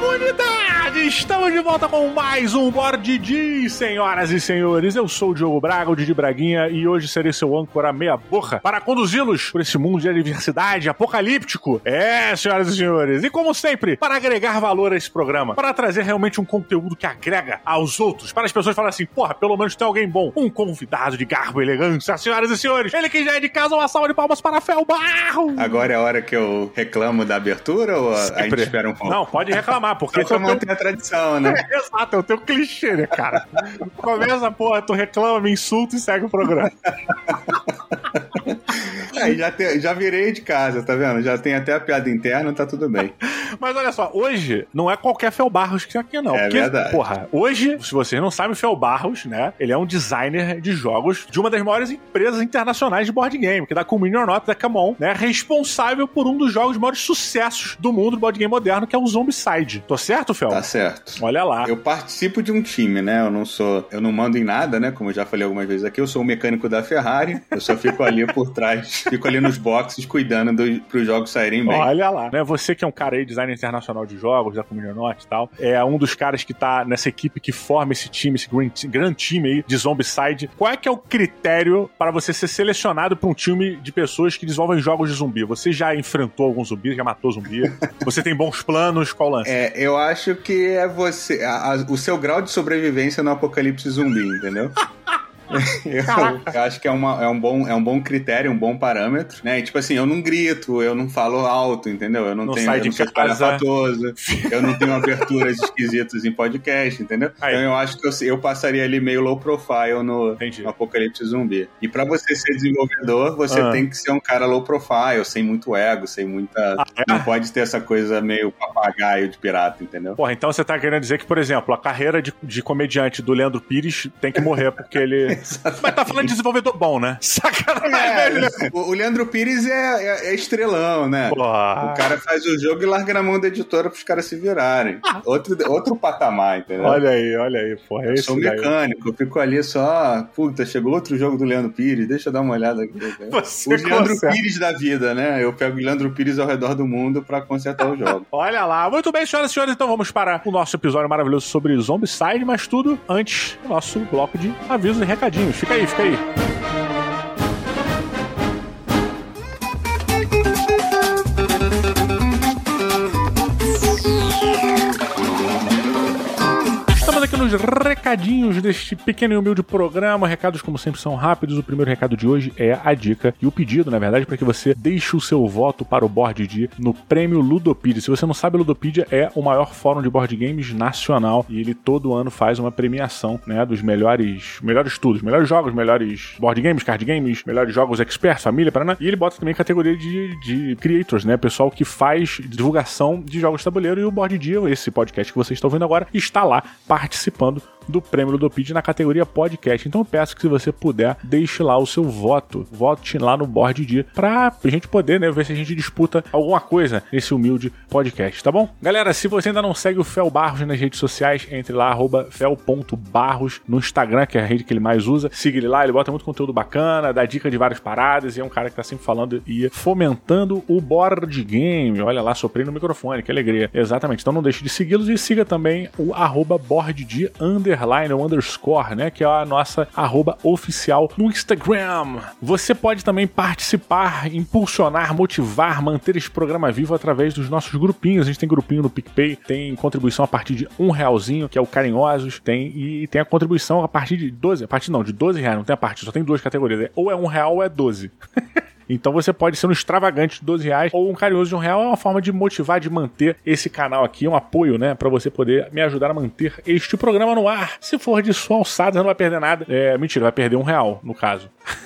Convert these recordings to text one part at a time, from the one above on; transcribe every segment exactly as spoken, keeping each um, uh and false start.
comunidade! Estamos de volta com mais um Board D, senhoras e senhores. Eu sou o Diogo Braga, o Didi Braguinha, e hoje serei seu âncora meia boca para conduzi-los por esse mundo de adversidade apocalíptico. É, senhoras e senhores. E como sempre, para agregar valor a esse programa, para trazer realmente um conteúdo que agrega aos outros, para as pessoas falarem assim, porra, pelo menos tem alguém bom, um convidado de garbo e elegância, senhoras e senhores. Ele que já é de casa, uma salva de palmas para Fel Barros. Agora é a hora que eu reclamo da abertura ou sempre. A gente espera um pouco? Não, pode reclamar, porque... Só manter a tradição, né? É, exato, é o teu clichê, né, cara? Começa, porra, tu reclama, me insulta e segue o programa. Aí já, te, já virei de casa, tá vendo? Já tem até a piada interna, tá tudo bem. Mas olha só, hoje não é qualquer Fel Barros que tá aqui, não. É porque, verdade. Porra, hoje, se vocês não sabem, o Fel Barros, né? Ele é um designer de jogos de uma das maiores empresas internacionais de board game, que é da Communion Not, da Camon, né? Responsável por um dos jogos de maiores sucessos do mundo do board game moderno, que é o Zombicide. Tô certo, Fel? Tá certo. Olha lá. Eu participo de um time, né? Eu não sou... Eu não mando em nada, né? Como eu já falei algumas vezes aqui, eu sou o mecânico da Ferrari. Eu só fico ali por trás, fico ali nos boxes cuidando do, pros jogos saírem bem. Olha lá. Né? Você que é um cara aí, designer internacional de jogos, da Communion Not e tal, é um dos caras que tá nessa equipe que forma esse time, esse grande time aí de Zombicide. Qual é que é o critério para você ser selecionado para um time de pessoas que desenvolvem jogos de zumbi? Você já enfrentou algum zumbi, já matou zumbi? Você tem bons planos? Qual o lance? É, eu acho que é você... A, a, o seu grau de sobrevivência no apocalipse zumbi, entendeu? Eu, eu acho que é, uma, é, um bom, é um bom critério, um bom parâmetro, né? E, tipo assim, eu não grito, eu não falo alto, entendeu? Eu não, não tenho, sai eu de não sou espalhafatoso, eu não tenho aberturas esquisitas em podcast, entendeu? Aí. Então eu acho que eu, eu passaria ali meio low profile no, no apocalipse zumbi. E pra você ser desenvolvedor, você ah. tem que ser um cara low profile, sem muito ego, sem muita... Ah, é? Não pode ter essa coisa meio papagaio de pirata, entendeu? Porra, então você tá querendo dizer que, por exemplo, a carreira de, de comediante do Leandro Pires tem que morrer porque ele... Exatamente. Mas tá falando de desenvolvedor bom, né? Sacanagem. É, o, o Leandro Pires é, é, é estrelão, né? Porra. O cara faz o jogo e larga na mão da editora pros caras se virarem. Outro, outro patamar, entendeu? Olha aí, olha aí, porra. Eu sou mecânico, eu fico ali só... Puta, chegou outro jogo do Leandro Pires, deixa eu dar uma olhada aqui. Você o Leandro consegue. Pires da vida, né? Eu pego o Leandro Pires ao redor do mundo pra consertar o jogo. Olha lá. Muito bem, senhoras e senhores, então vamos para o nosso episódio maravilhoso sobre Zombicide, mas tudo antes do nosso bloco de avisos e recadinhos. Fica aí, fica aí. Estamos aqui nos recadinhos deste pequeno e humilde programa. Recados, como sempre, são rápidos. O primeiro recado de hoje é a dica e o pedido, na verdade, para que você deixe o seu voto para o Board D no prêmio Ludopedia. Se você não sabe, o Ludopedia é o maior fórum de board games nacional e ele todo ano faz uma premiação, né, dos melhores, melhores estudos, melhores jogos, melhores board games, card games, melhores jogos experts, família, paraná. E ele bota também categoria de, de creators, né, pessoal que faz divulgação de jogos de tabuleiro, e o Board D, esse podcast que vocês estão vendo agora, está lá participando do prêmio Ludopedia na categoria podcast. Então eu peço que, se você puder, deixe lá o seu voto, vote lá no Board D pra gente poder, né, ver se a gente disputa alguma coisa nesse humilde podcast, tá bom? Galera, se você ainda não segue o Fel Barros nas redes sociais, entre lá, arroba fel ponto barros no Instagram, que é a rede que ele mais usa. Siga ele lá, ele bota muito conteúdo bacana, dá dica de várias paradas, e é um cara que tá sempre falando e fomentando o board game. Olha lá, soprei no microfone, que alegria. Exatamente, então não deixe de segui-los e siga também o arroba boardD underline ou underscore, né, que é a nossa arroba oficial no Instagram. Você pode também participar, impulsionar, motivar, manter esse programa vivo através dos nossos grupinhos. A gente tem grupinho no PicPay, tem contribuição a partir de um realzinho, que é o Carinhosos, tem, e tem a contribuição a partir de doze, a partir não, de doze reais, não tem a parte, só tem duas categorias, ou é um real ou é doze. Então você pode ser um extravagante de doze reais ou um carinhoso de um real. É uma forma de motivar, de manter esse canal aqui, um apoio, né, pra você poder me ajudar a manter este programa no ar. Se for de sua alçada, você não vai perder nada. É, mentira, vai perder um real, no caso.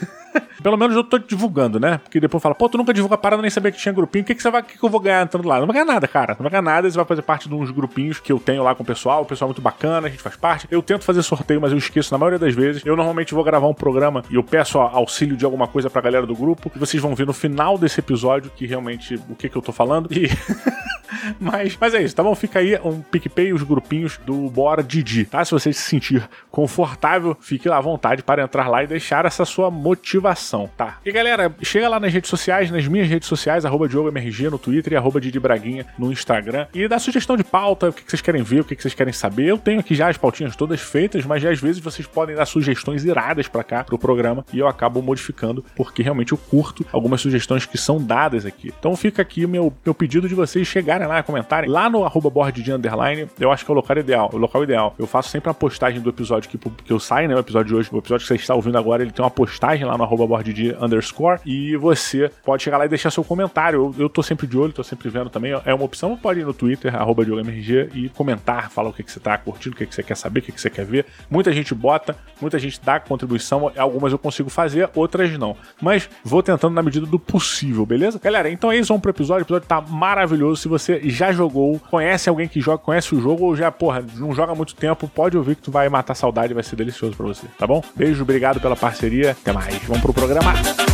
Pelo menos eu tô divulgando, né? Porque depois fala, pô, tu nunca divulga parada, nem sabia que tinha grupinho. O que, que você vai, que, que eu vou ganhar entrando lá? Não vai ganhar nada, cara. Não vai ganhar nada. Você vai fazer parte de uns grupinhos que eu tenho lá com o pessoal. O pessoal é muito bacana, a gente faz parte. Eu tento fazer sorteio, mas eu esqueço na maioria das vezes. Eu normalmente vou gravar um programa e eu peço ó, auxílio de alguma coisa pra galera do grupo. E vocês vão ver no final desse episódio que realmente o que, que eu tô falando. E mas, mas é isso, tá bom? Fica aí um PicPay e os grupinhos do Bora Didi, tá? Se você se sentir confortável, fique lá à vontade para entrar lá e deixar essa sua motivação, tá? E galera, chega lá nas redes sociais, nas minhas redes sociais, arroba DiogoMRG no Twitter e arroba Didi Braguinha no Instagram, e dá sugestão de pauta, o que vocês querem ver, o que vocês querem saber. Eu tenho aqui já as pautinhas todas feitas, mas já às vezes vocês podem dar sugestões iradas pra cá, pro programa, e eu acabo modificando, porque realmente eu curto algumas sugestões que são dadas aqui. Então fica aqui o meu, meu pedido de vocês chegarem lá, comentarem, lá no arroba BordD underline, eu acho que é o local ideal, o local ideal. Eu faço sempre a postagem do episódio que, que eu saio, né, o episódio de hoje, o episódio que você está ouvindo agora, ele tem uma postagem lá no arroba BordD underscore, e você pode chegar lá e deixar seu comentário. Eu, eu tô sempre de olho, tô sempre vendo também, é uma opção, pode ir no Twitter, arroba DiogoMRG, e comentar, falar o que, que você tá curtindo, o que, que você quer saber, o que, que você quer ver. Muita gente bota, muita gente dá contribuição, algumas eu consigo fazer, outras não. Mas vou tentando na medida do possível, beleza? Galera, então é isso, vamos pro episódio. O episódio tá maravilhoso. Se você já jogou, conhece alguém que joga, conhece o jogo, ou já, porra, não joga há muito tempo, pode ouvir que tu vai matar a saudade, vai ser delicioso pra você, tá bom? Beijo, obrigado pela parceria, até mais. Vamos pro programa.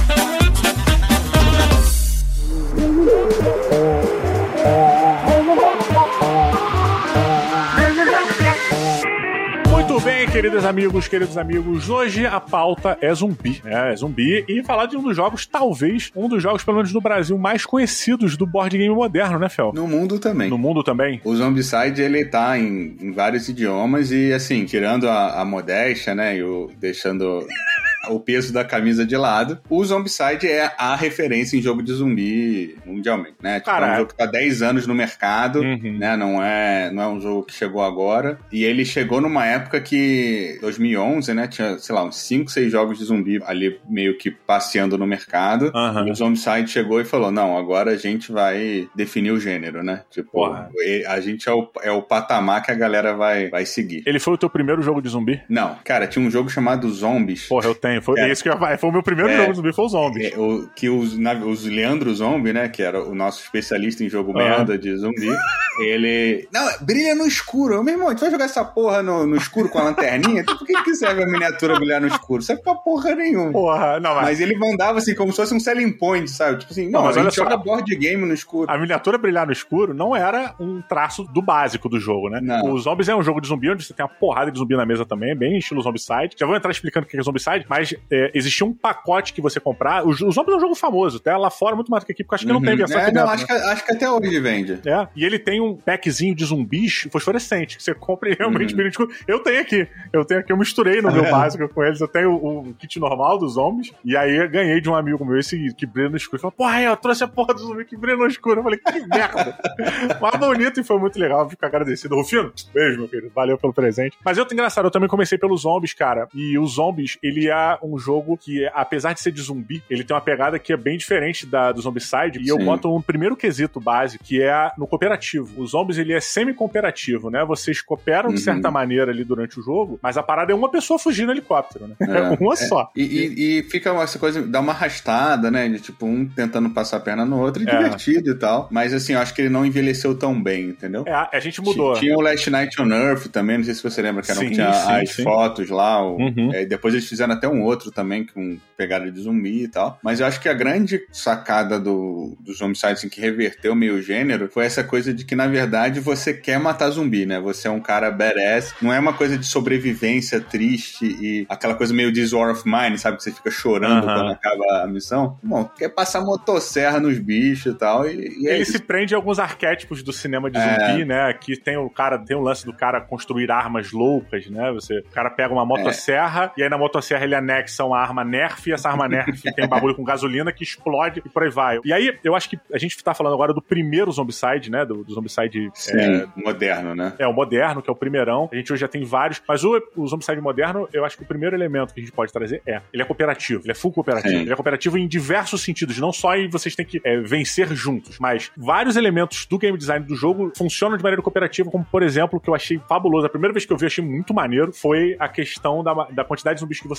Muito bem, queridos amigos, queridos amigos, hoje a pauta é zumbi, né? É zumbi, e falar de um dos jogos, talvez, um dos jogos, pelo menos no Brasil, mais conhecidos do board game moderno, né, Fel? No mundo também. No mundo também? O Zombicide, ele tá em, em vários idiomas e, assim, tirando a, a modéstia, né, e o, deixando... o peso da camisa de lado, o Zombicide é a referência em jogo de zumbi mundialmente, né? Tipo, é um jogo que tá há dez anos no mercado, uhum. né? Não é, não é um jogo que chegou agora. E ele chegou numa época que, dois mil e onze, né? Tinha, sei lá, uns cinco, seis jogos de zumbi ali meio que passeando no mercado. Uhum. E o Zombicide chegou e falou, não, agora a gente vai definir o gênero, né? Tipo, Porra. a gente é o, é o patamar que a galera vai, vai seguir. Ele foi o teu primeiro jogo de zumbi? Não. Cara, tinha um jogo chamado Zombies. Porra, eu tenho. Foi, é, isso que eu, foi o meu primeiro é, jogo de zumbi, foi o Zombies. É, o, que os, na, os Leandro Zombie, né, que era o nosso especialista em jogo uhum. merda de zumbi, ele... Não, brilha no escuro. Eu, meu irmão, a gente vai jogar essa porra no, no escuro com a lanterninha? Então, por que, que serve a miniatura brilhar no escuro? Serve pra porra nenhuma. Porra, não, mas... mas ele mandava assim, como se fosse um selling point, sabe? Tipo assim, não, não mas a gente joga board game no escuro. A miniatura brilhar no escuro não era um traço do básico do jogo, né? Não. O Zombies é um jogo de zumbi onde você tem uma porrada de zumbi na mesa também, bem estilo Zombicide. Já vou entrar explicando o que é Zombicide, mas é, existia um pacote que você comprar. O, o Zombies é um jogo famoso, até lá fora muito mais do que aqui, porque acho que uhum. não tem versão é, aqui não, dentro, acho, né? que, acho que até hoje vende. É, e ele tem um packzinho de zumbis fosforescente, que você compra e realmente brilha no escuro. Eu tenho aqui, eu tenho aqui, eu misturei no ah, meu é. básico com eles, eu tenho o, o kit normal dos zombies, e aí eu ganhei de um amigo meu esse que brilha no escuro. Ele falou, porra, eu trouxe a porra do zumbi que brilha no escuro. Eu falei, que merda. Mas bonito e foi muito legal, fico agradecido. Rufino, beijo, meu querido, valeu pelo presente. Mas eu tô engraçado, eu também comecei pelos zombies, cara, e os zombies, ele é um jogo que, apesar de ser de zumbi, ele tem uma pegada que é bem diferente da do Zombicide, e Sim. eu boto um primeiro quesito básico, que é no cooperativo. Os zombies, ele é semi-cooperativo, né? Vocês cooperam uhum. de certa maneira ali durante o jogo, mas a parada é uma pessoa fugindo no helicóptero, né? É, uma é. só. E, e, e fica essa coisa, dá uma arrastada, né? De tipo, um tentando passar a perna no outro, e é. divertido e tal. Mas assim, eu acho que ele não envelheceu tão bem, entendeu? É, a gente mudou. Tinha o Last Night on Earth também, não sei se você lembra, que, era, sim, que tinha sim, as sim. fotos lá. O, uhum. é, depois eles fizeram até um outro também, com pegada de zumbi e tal. Mas eu acho que a grande sacada do, do Zombicide, assim, que reverteu meio o gênero, foi essa coisa de que, na verdade, você quer matar zumbi, né? Você é um cara badass. Não é uma coisa de sobrevivência triste e aquela coisa meio This War of Mine, sabe? Que você fica chorando uh-huh. quando acaba a missão. Bom, quer passar motosserra nos bichos e tal. E, e é Ele isso. se prende a alguns arquétipos do cinema de zumbi, é. né? Aqui tem o cara, tem o lance do cara construir armas loucas, né? Você, o cara pega uma motosserra é. e aí na motosserra ele anexa uma arma Nerf e essa arma Nerf tem um bagulho com gasolina que explode e por aí vai. E aí, eu acho que a gente tá falando agora do primeiro Zombicide, né? Do, do Zombicide... Sim, é, moderno, né? É, o moderno, que é o primeirão. A gente hoje já tem vários. Mas o, o Zombicide moderno, eu acho que o primeiro elemento que a gente pode trazer é... Ele é cooperativo. Ele é full cooperativo. Sim. Ele é cooperativo em diversos sentidos. Não só em vocês têm que é, vencer juntos, mas vários elementos do game design do jogo funcionam de maneira cooperativa, como, por exemplo, que eu achei fabuloso. A primeira vez que eu vi, eu achei muito maneiro, foi a questão da, da quantidade de zumbis que você mata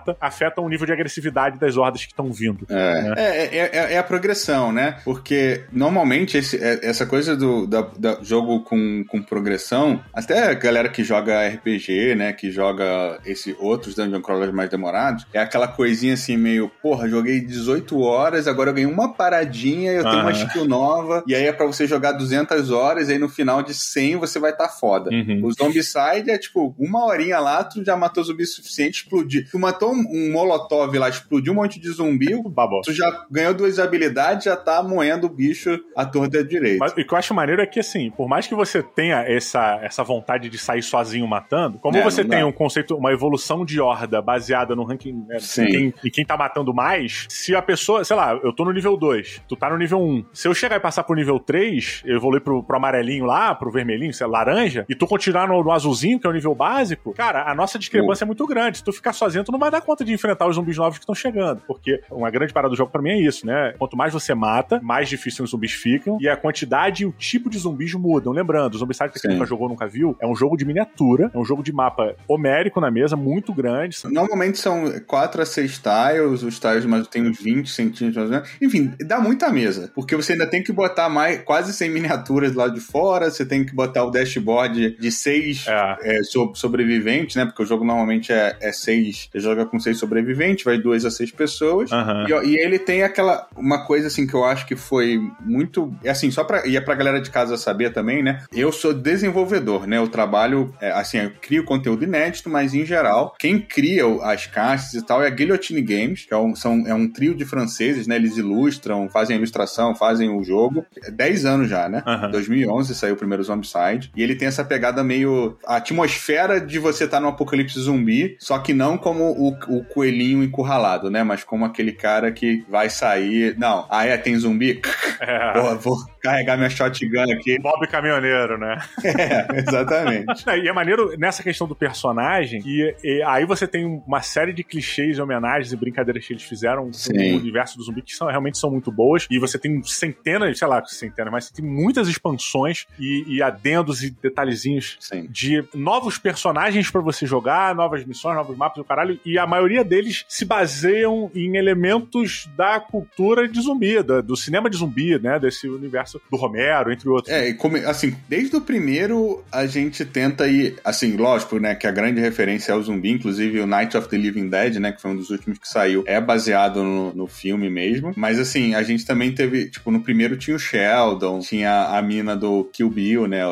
mata afetam o nível de agressividade das hordas que estão vindo. É, né? é, é, é a progressão, né? Porque normalmente esse, essa coisa do da, da jogo com, com progressão, até a galera que joga R P G, né, que joga esse outros Dungeon Crawlers mais demorados, é aquela coisinha assim meio, porra, joguei dezoito horas, agora eu ganhei uma paradinha, eu tenho uhum. uma skill nova, e aí é pra você jogar duzentas horas, e aí no final de cem você vai estar tá foda. Uhum. O Zombicide é tipo, uma horinha lá, tu já matou zumbi suficiente, explodiu. Tu matou um, um molotov lá, explodiu um monte de zumbi, tu já ganhou duas habilidades, já tá moendo o bicho à torta direita. Mas o que eu acho maneiro é que, assim, por mais que você tenha essa, essa vontade de sair sozinho matando, como é, você tem um conceito, uma evolução de horda baseada no ranking, né, em, quem, em quem tá matando mais, se a pessoa, sei lá, eu tô no nível dois, tu tá no nível um, se eu chegar e passar pro nível três, eu evoluir pro, pro amarelinho lá, pro vermelhinho, sei lá, laranja, e tu continuar no, no azulzinho, que é o nível básico, cara, a nossa discrepância uh. é muito grande. Se tu ficar sozinho, tu não vai dar conta de enfrentar os zumbis novos que estão chegando, porque uma grande parada do jogo pra mim é isso, né? Quanto mais você mata, mais difícil os zumbis ficam, e a quantidade e o tipo de zumbis mudam. Lembrando, o Zombicide, que você nunca jogou, nunca viu, é um jogo de miniatura, é um jogo de mapa homérico na mesa, muito grande. Normalmente são quatro a seis tiles, os tiles mas tem uns vinte centímetros mais ou menos. Enfim, dá muita mesa, porque você ainda tem que botar mais, quase cem miniaturas lá de fora, você tem que botar o dashboard de seis é. É, so, sobreviventes, né? Porque o jogo normalmente é, é seis, você joga com seis sobreviventes, vai duas a seis pessoas, uhum. e, e ele tem aquela, uma coisa assim que eu acho que foi muito, é assim, só pra, e é pra galera de casa saber também, né? Eu sou desenvolvedor, né? Eu trabalho, é, assim, eu crio conteúdo inédito, mas em geral, quem cria as caixas e tal é a Guillotine Games, que é um, são, é um trio de franceses, né? Eles ilustram, fazem a ilustração, fazem o jogo. É dez anos já, né? Uhum. dois mil e onze saiu o primeiro Zombicide, e ele tem essa pegada meio, a atmosfera de você estar tá no apocalipse zumbi, só que não como o, o coelhinho encurralado, né? Mas como aquele cara que vai sair, não, ah é, tem zumbi? É. Porra, vou carregar minha shotgun aqui. Bob Caminhoneiro, né? É, exatamente. E é maneiro nessa questão do personagem, que e, aí você tem uma série de clichês, homenagens e brincadeiras que eles fizeram no universo do zumbi, que são, realmente são muito boas, e você tem centenas, sei lá, centenas, mas você tem muitas expansões e, e adendos e detalhezinhos Sim. de novos personagens pra você jogar, novas missões, novos mapas do caralho, e a maioria deles se baseiam em elementos da cultura de zumbi, do, do cinema de zumbi, né, desse universo do Romero, entre outros. É, e como, assim, desde o primeiro a gente tenta ir, assim, lógico, né, que a grande referência é o zumbi, inclusive o Night of the Living Dead, né, que foi um dos últimos que saiu, é baseado no, no filme mesmo, mas assim, a gente também teve, tipo, no primeiro tinha o Sheldon, tinha a mina do Kill Bill, né, a,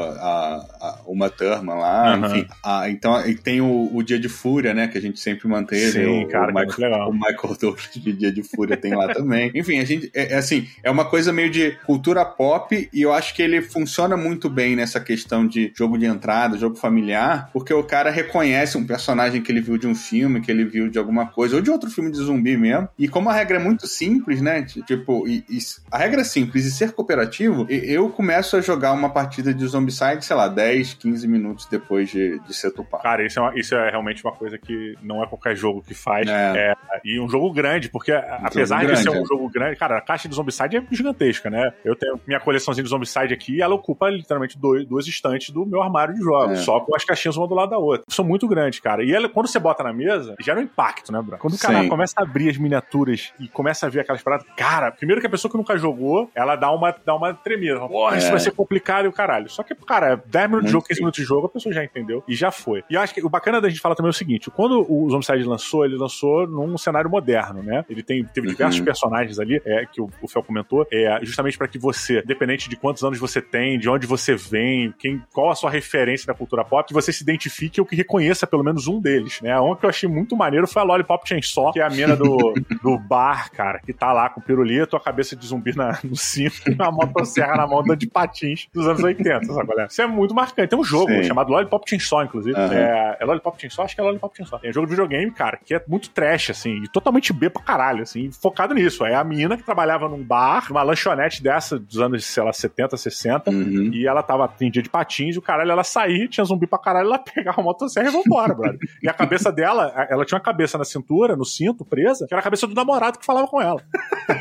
a Uma Thurman lá, uhum. enfim, a, então, e tem o, o Dia de Fúria, né, que a gente sempre manteve. Sim, o, cara, o Michael, que legal. O Michael Douglas de Dia de Fúria tem lá também. Enfim, a gente, é, é assim, é uma coisa meio de cultura pop, e eu acho que ele funciona muito bem nessa questão de jogo de entrada, jogo familiar, porque o cara reconhece um personagem que ele viu de um filme, que ele viu de alguma coisa, ou de outro filme de zumbi mesmo, e como a regra é muito simples, né, tipo, e, e a regra é simples, e ser cooperativo, eu começo a jogar uma partida de Zombicide, sei lá, dez, quinze minutos depois de, de ser tupado. Cara, isso é, uma, isso é realmente uma coisa que não é qualquer jogo que faz, é. É, e um jogo grande, porque um apesar de grande, ser um é. jogo grande, cara, a caixa de Zombicide é gigantesca, né, eu tenho minha coleçãozinha de Zombicide aqui, e ela ocupa literalmente dois, duas estantes do meu armário de jogos, é. só com as caixinhas uma do lado da outra. São muito grandes, cara. E ela, quando você bota na mesa, gera um impacto, né, Bruno? Quando o cara Sim. começa a abrir as miniaturas e começa a ver aquelas paradas, cara, primeiro que a pessoa que nunca jogou, ela dá uma, dá uma tremida. Porra, é. isso vai ser complicado e o caralho. Só que, cara, dez minutos de jogo, quinze minutos de jogo, a pessoa já entendeu e já foi. E eu acho que o bacana da gente falar também é o seguinte, quando o Zombicide lançou, ele lançou num cenário moderno, né? Ele tem, teve uhum. diversos personagens ali, é, que o, o Fel comentou, é, justamente pra que você, independente de quantos anos você tem, de onde você vem, quem, qual a sua referência da cultura pop, que você se identifique ou que reconheça pelo menos um deles, né? Um que eu achei muito maneiro foi a Lollipop Chainsaw, que é a mina do, do bar, cara, que tá lá com o pirulito, a cabeça de zumbi na, no cinto e uma motosserra na mão de patins dos anos oitenta, sabe, galera? Isso é muito marcante. Tem um jogo Sim. chamado Lollipop Chainsaw, inclusive. Uhum. É, é Lollipop Chainsaw? Acho que é Lollipop Chainsaw. É um jogo de videogame, cara, que é muito trash, assim, e totalmente B pra caralho, assim, focado nisso. É a mina que trabalhava num bar, numa lanchonete dessa dos anos, sei lá, setenta, sessenta, uhum. e ela tava em dia de patins, e o caralho, ela saía, tinha zumbi pra caralho, ela pegava a motosserra e vambora, brother. E a cabeça dela, ela tinha uma cabeça na cintura, no cinto, presa, que era a cabeça do namorado que falava com ela.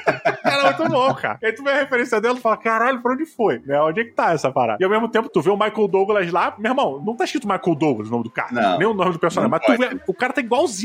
Era muito bom, cara. E aí tu vê a referência dela e fala, caralho, pra onde foi? Né? Onde é que tá essa parada? E ao mesmo tempo, tu vê o Michael Douglas lá, meu irmão, não tá escrito Michael Douglas o nome do cara, não, nem o nome do personagem, mas tu vê, o cara tá igualzinho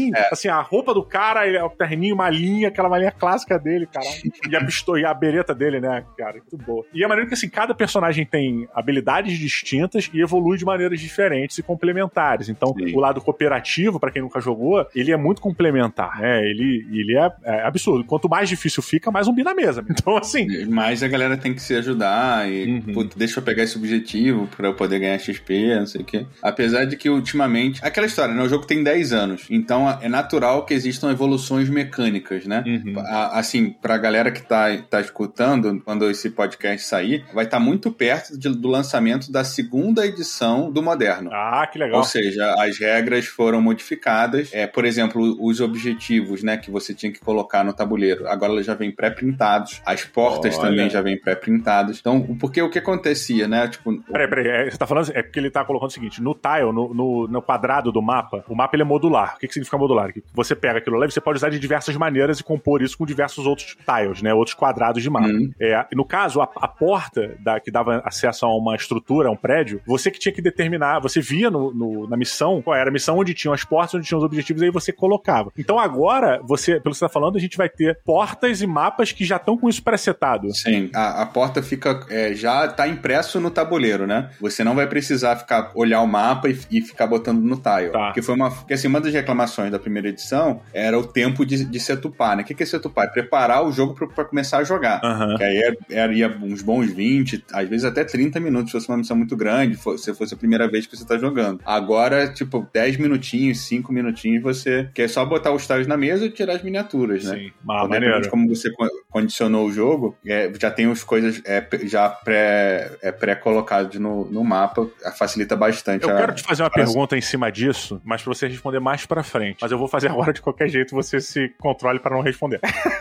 igualzinho. É. Assim, a roupa do cara, ele, o terninho, uma linha, aquela malinha clássica dele, caralho. E a pistola, e a bereta dele, né, cara? Muito boa. E é maneiro que, assim, cada personagem tem habilidades distintas e evolui de maneiras diferentes e complementares. Então, sim, o lado cooperativo, pra quem nunca jogou, ele é muito complementar, né? Ele, ele é, é absurdo. Quanto mais difícil fica, mais zumbi na mesa. Então, assim... Mais a galera tem que se ajudar e, uhum, putz, deixa eu pegar esse objetivo pra eu poder ganhar X P, não sei o quê. Apesar de que, ultimamente... Aquela história, né? O jogo tem dez anos. Então, é natural que existam evoluções mecânicas, né? Uhum. Assim, pra galera que tá, tá escutando, quando esse podcast sair, vai estar tá muito perto de, do lançamento da segunda edição do Moderno. Ah, que legal. Ou seja, as regras foram modificadas. É, por exemplo, os objetivos, né, que você tinha que colocar no tabuleiro, agora eles já vêm pré-printados. As portas Olha. também já vêm pré-printadas. Então, porque o que acontecia, né? Tipo... Peraí, peraí. É, você tá falando... É porque ele tá colocando o seguinte, no tile, no, no, no quadrado do mapa, o mapa ele é modular. O que, que significa modular? Que você pega aquilo lá e você pode usar de diversas maneiras e compor isso com diversos outros tiles, né? Outros quadrados de mapa. Uhum. É, no caso, a, a porta da, que dava acesso a uma estrutura, a um prédio, você que tinha que determinar, você via no, no, na missão qual era a missão, onde tinham as portas, onde tinham os objetivos, aí você colocava. Então agora, você, pelo que você tá falando, a gente vai ter portas e mapas que já estão com isso pré-setado. Sim, a, a porta fica, é, já tá impresso no tabuleiro, né? Você não vai precisar ficar, olhar o mapa e, e ficar botando no tile. Tá. Porque foi uma, porque assim, uma das reclamações da primeira edição era o tempo de, de setupar, né? O que, que é setupar? É preparar o jogo pra, pra começar a jogar. Uhum. Que aí era, ia uns bons vinte, às vezes até trinta minutos, se fosse uma missão muito grande, se fosse a primeira vez que você tá jogando. Agora, tipo, dez minutinhos, cinco minutinhos, você quer só botar os tiles na mesa e tirar as miniaturas, né? Sim, ah, maneiro. Como você condicionou o jogo, é, já tem as coisas é, já pré, é, pré-colocadas no, no mapa, facilita bastante. Eu a, quero te fazer uma pergunta em cima disso, mas pra você responder mais pra frente. Mas eu vou fazer agora de qualquer jeito, você se controle pra não responder.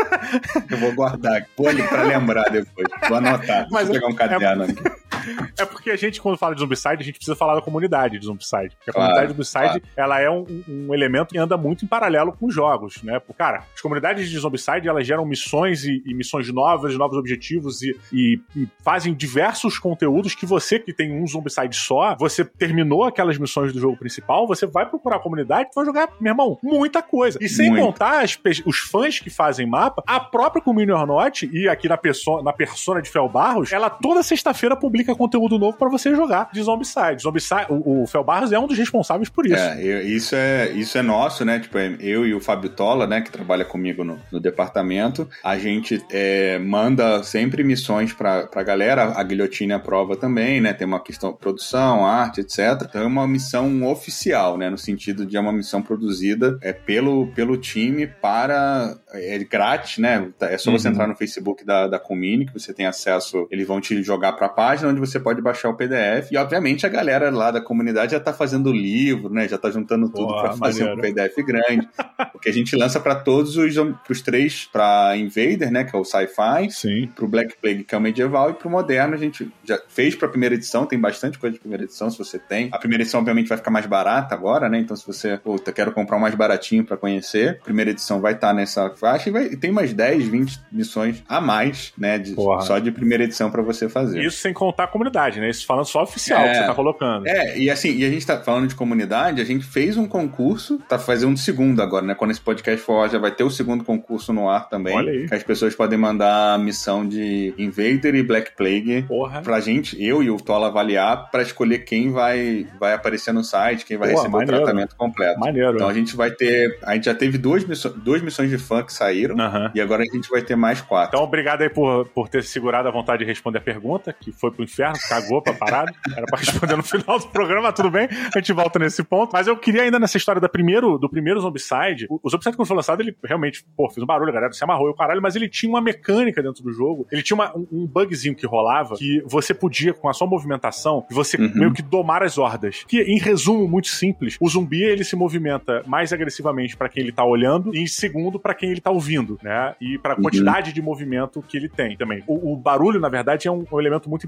Eu vou guardar, vou pra lembrar depois. Vou anotar, mas vou pegar um caderno é... aqui. É porque a gente, quando fala de Zombicide, a gente precisa falar da comunidade de Zombicide. Porque a claro, comunidade de Zombicide, claro. ela é um, um elemento que anda muito em paralelo com os jogos, né? Porque, cara, as comunidades de Zombicide, elas geram missões e, e missões novas, novos objetivos e, e, e fazem diversos conteúdos que você, que tem um Zombicide só, você terminou aquelas missões do jogo principal, você vai procurar a comunidade e vai jogar, meu irmão, muita coisa. E sem muito. contar as, os fãs que fazem mapa, a própria Community or Not, e aqui na, perso na persona de Fel Barros, ela toda sexta-feira publica conteúdo novo pra você jogar de Zombicide. Zombicide o, o Fel Barros é um dos responsáveis por isso. É, eu, isso é, isso é nosso, né? Tipo, eu e o Fábio Tola, né, que trabalha comigo no, no departamento, a gente é, manda sempre missões pra, pra galera, a Guilhotina aprova também, né? Tem uma questão de produção, arte, etcétera. Então é uma missão oficial, né? No sentido de é uma missão produzida é, pelo, pelo time para... É grátis, né? É só você uhum. entrar no Facebook da, da Comini, que você tem acesso, eles vão te jogar pra página onde você pode baixar o P D F. E, obviamente, a galera lá da comunidade já tá fazendo o livro, né? Já tá juntando tudo Boa, pra fazer maneiro. um P D F grande. Porque a gente lança pra todos os... Pros três, pra Invader, né? Que é o Sci-Fi. Sim. Pro Black Plague, que é o Medieval. E pro Moderno, a gente já fez pra primeira edição. Tem bastante coisa de primeira edição, se você tem. A primeira edição, obviamente, vai ficar mais barata agora, né? Então, se você... Puta, quero comprar o mais baratinho pra conhecer. A primeira edição vai estar tá nessa faixa. E, vai, e tem umas dez, vinte missões a mais, né? De, só de primeira edição pra você fazer. Isso sem contar a comunidade, né? Isso falando só oficial é, que você tá colocando. É, e assim, e a gente tá falando de comunidade, a gente fez um concurso, tá fazendo um segundo agora, né? Quando esse podcast for, já vai ter o segundo concurso no ar também. Olha aí. Que as pessoas podem mandar missão de Invader e Black Plague Porra. pra gente, eu e o Tola avaliar, pra escolher quem vai, vai aparecer no site, quem vai Porra, receber maneiro. o tratamento completo. Maneiro. Então a gente vai ter, a gente já teve duas, misso, duas missões de fã que saíram, uhum. e agora a gente vai ter mais quatro. Então obrigado aí por, por ter segurado a vontade de responder a pergunta, que foi pro inferno, cagou pra parada. Era pra responder no final do programa, tudo bem, a gente volta nesse ponto. Mas eu queria ainda nessa história da primeiro, do primeiro Zombicide, o, o Zombicide quando foi lançado, ele realmente, pô, fez um barulho, a galera se amarrou e o caralho, mas ele tinha uma mecânica dentro do jogo, ele tinha uma, um, um bugzinho que rolava, que você podia, com a sua movimentação, você uhum. meio que domar as hordas. Que, em resumo, muito simples, o zumbi, ele se movimenta mais agressivamente pra quem ele tá olhando, e em segundo, pra quem ele tá ouvindo, né? E pra quantidade uhum. de movimento que ele tem também. O, o barulho, na verdade, é um, um elemento muito importante no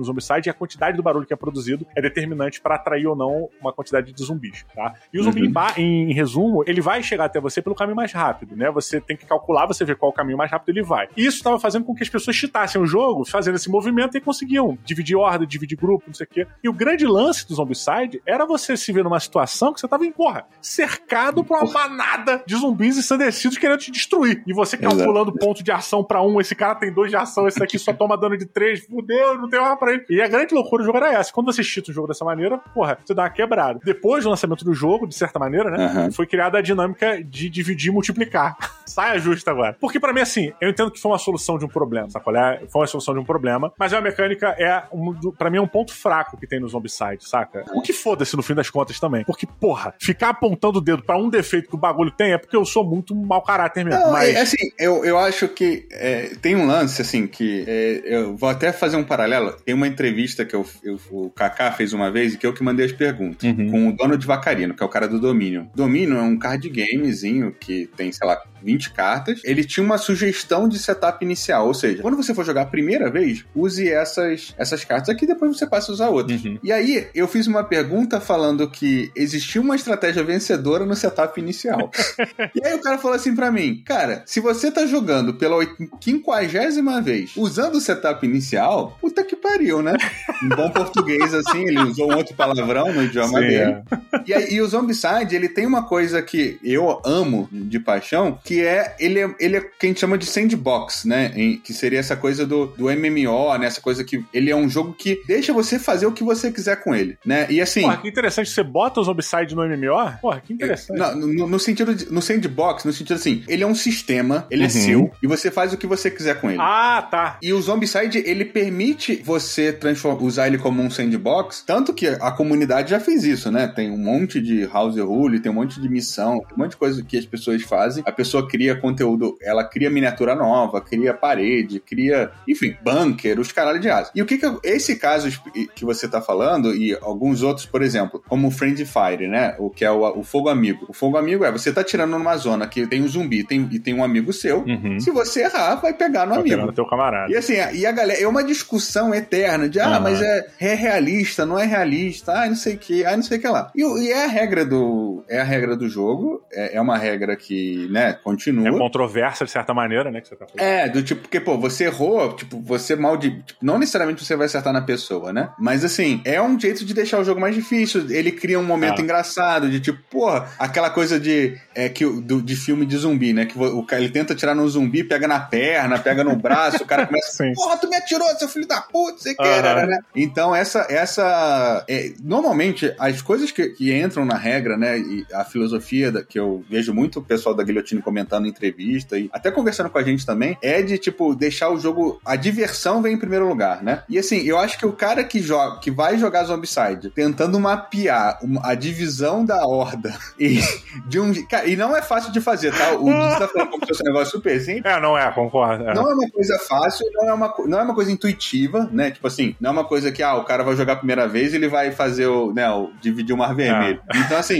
no Zombicide e a quantidade do barulho que é produzido é determinante para atrair ou não uma quantidade de zumbis, tá? E o zumbi, uhum. em, em resumo, ele vai chegar até você pelo caminho mais rápido, né? Você tem que calcular, você vê qual o caminho mais rápido ele vai. E isso estava fazendo com que as pessoas cheatassem o jogo, fazendo esse movimento e conseguiam dividir horda, dividir grupo, não sei o quê. E o grande lance do Zombicide era você se ver numa situação que você tava em, porra, cercado por uma manada de zumbis ensandecidos querendo te destruir. E você calculando Exato. ponto de ação pra um, esse cara tem dois de ação, esse aqui só toma dano de três, fudeu, não tem uma pra ele. E a grande loucura do jogo era essa. Quando você cheata o jogo dessa maneira, porra, você dá uma quebrada. Depois do lançamento do jogo, de certa maneira, né, uhum. foi criada a dinâmica de dividir e multiplicar. Saia justa agora. Porque pra mim, assim, eu entendo que foi uma solução de um problema, sabe qual é? Foi uma solução de um problema, mas a mecânica é, um, pra mim, é um ponto fraco que tem no Zombicide, saca? O que foda-se no fim das contas também. Porque, porra, ficar apontando o dedo pra um defeito que o bagulho tem é porque eu sou muito mau caráter mesmo. Não, mas... é, assim, eu, eu acho que é, tem um lance, assim, que é, eu vou até fazer um paralelo. Tem uma entrevista que eu, eu, o Kaká fez uma vez e que eu que mandei as perguntas, uhum. com o dono de Vacarino, que é o cara do Dominion. Dominion é um card gamezinho que tem, sei lá, vinte cartas. Ele tinha uma sugestão de setup inicial, ou seja, quando você for jogar a primeira vez, use essas, essas cartas aqui, depois você passa a usar outras. Uhum. E aí, eu fiz uma pergunta falando que existia uma estratégia vencedora no setup inicial. E aí o cara falou assim pra mim, cara, se você tá jogando pela quinquagésima vez usando o setup inicial, puta que pariu, né? Em bom português, assim, ele usou um outro palavrão no idioma Sim, dele. É. E aí, e o Zombicide, ele tem uma coisa que eu amo de paixão, que é, ele é, ele é o que a gente chama de sandbox, né? Em, que seria essa coisa do, do M M O, né? Essa coisa que ele é um jogo que deixa você fazer o que você quiser com ele, né? E assim... Porra, que interessante, você bota o Zombicide no M M O? Porra, que interessante. Não, no, no sentido de, no sandbox, no sentido assim, ele é um sistema, ele uhum. é seu, e você faz o que você quiser com ele. Ah, tá. E o Zombicide, ele permite você transform, usar ele como um sandbox, tanto que a comunidade já fez isso, né? Tem um monte de house rule, tem um monte de missão, tem um monte de coisa que as pessoas fazem. A pessoa cria conteúdo, ela cria miniatura nova, cria parede, cria, enfim, bunker, os caralho de asa. E o que que... Esse caso que você tá falando, e alguns outros, por exemplo, como o Friendly Fire, né? O que é o, o fogo amigo. O fogo amigo é, você tá tirando numa zona que tem um zumbi tem, e tem um amigo seu, uhum. se você errar, vai pegar no vai amigo. Pegar no teu camarada. E assim, e a galera, é uma discussão eterna de, ah, uhum. mas é, é realista, não é realista, ah, não sei o que, ah, não sei o que lá. E, e é a regra do, é a regra do jogo, é, é uma regra que, né, continua. É controversa, de certa maneira, né, que você tá falando. É, do tipo, porque, pô, você errou, tipo, você mal de... Tipo, não necessariamente você vai acertar na pessoa, né? Mas, assim, é um jeito de deixar o jogo mais difícil. Ele cria um momento ah. engraçado, de tipo, porra, aquela coisa de, é, que, do, de filme de zumbi, né? Que o, ele tenta atirar no zumbi, pega na perna, pega no braço, o cara começa, Sim. porra, tu me atirou, seu filho da puta, você quer, uhum. né? Então, essa... essa é, normalmente, as coisas que, que entram na regra, né, e a filosofia da, que eu vejo muito o pessoal da Guilhotine comentando em entrevista e até conversando com a gente também, é de, tipo, deixar o jogo... A diversão vem em primeiro lugar, né? E, assim, eu acho que o cara que, joga, que vai jogar Zombicide tentando mapear uma, a divisão da horda e, de um, cara, e não é fácil de fazer, tá? O Dito tá falando como se fosse um negócio super simples. É, não é, concordo. É. Não é uma coisa fácil, não é uma, não é uma coisa intuitiva, né? Tipo assim, não é uma coisa que, ah, o cara vai jogar a primeira vez e ele vai fazer o, né, o dividir o mar vermelho. É. Então, assim,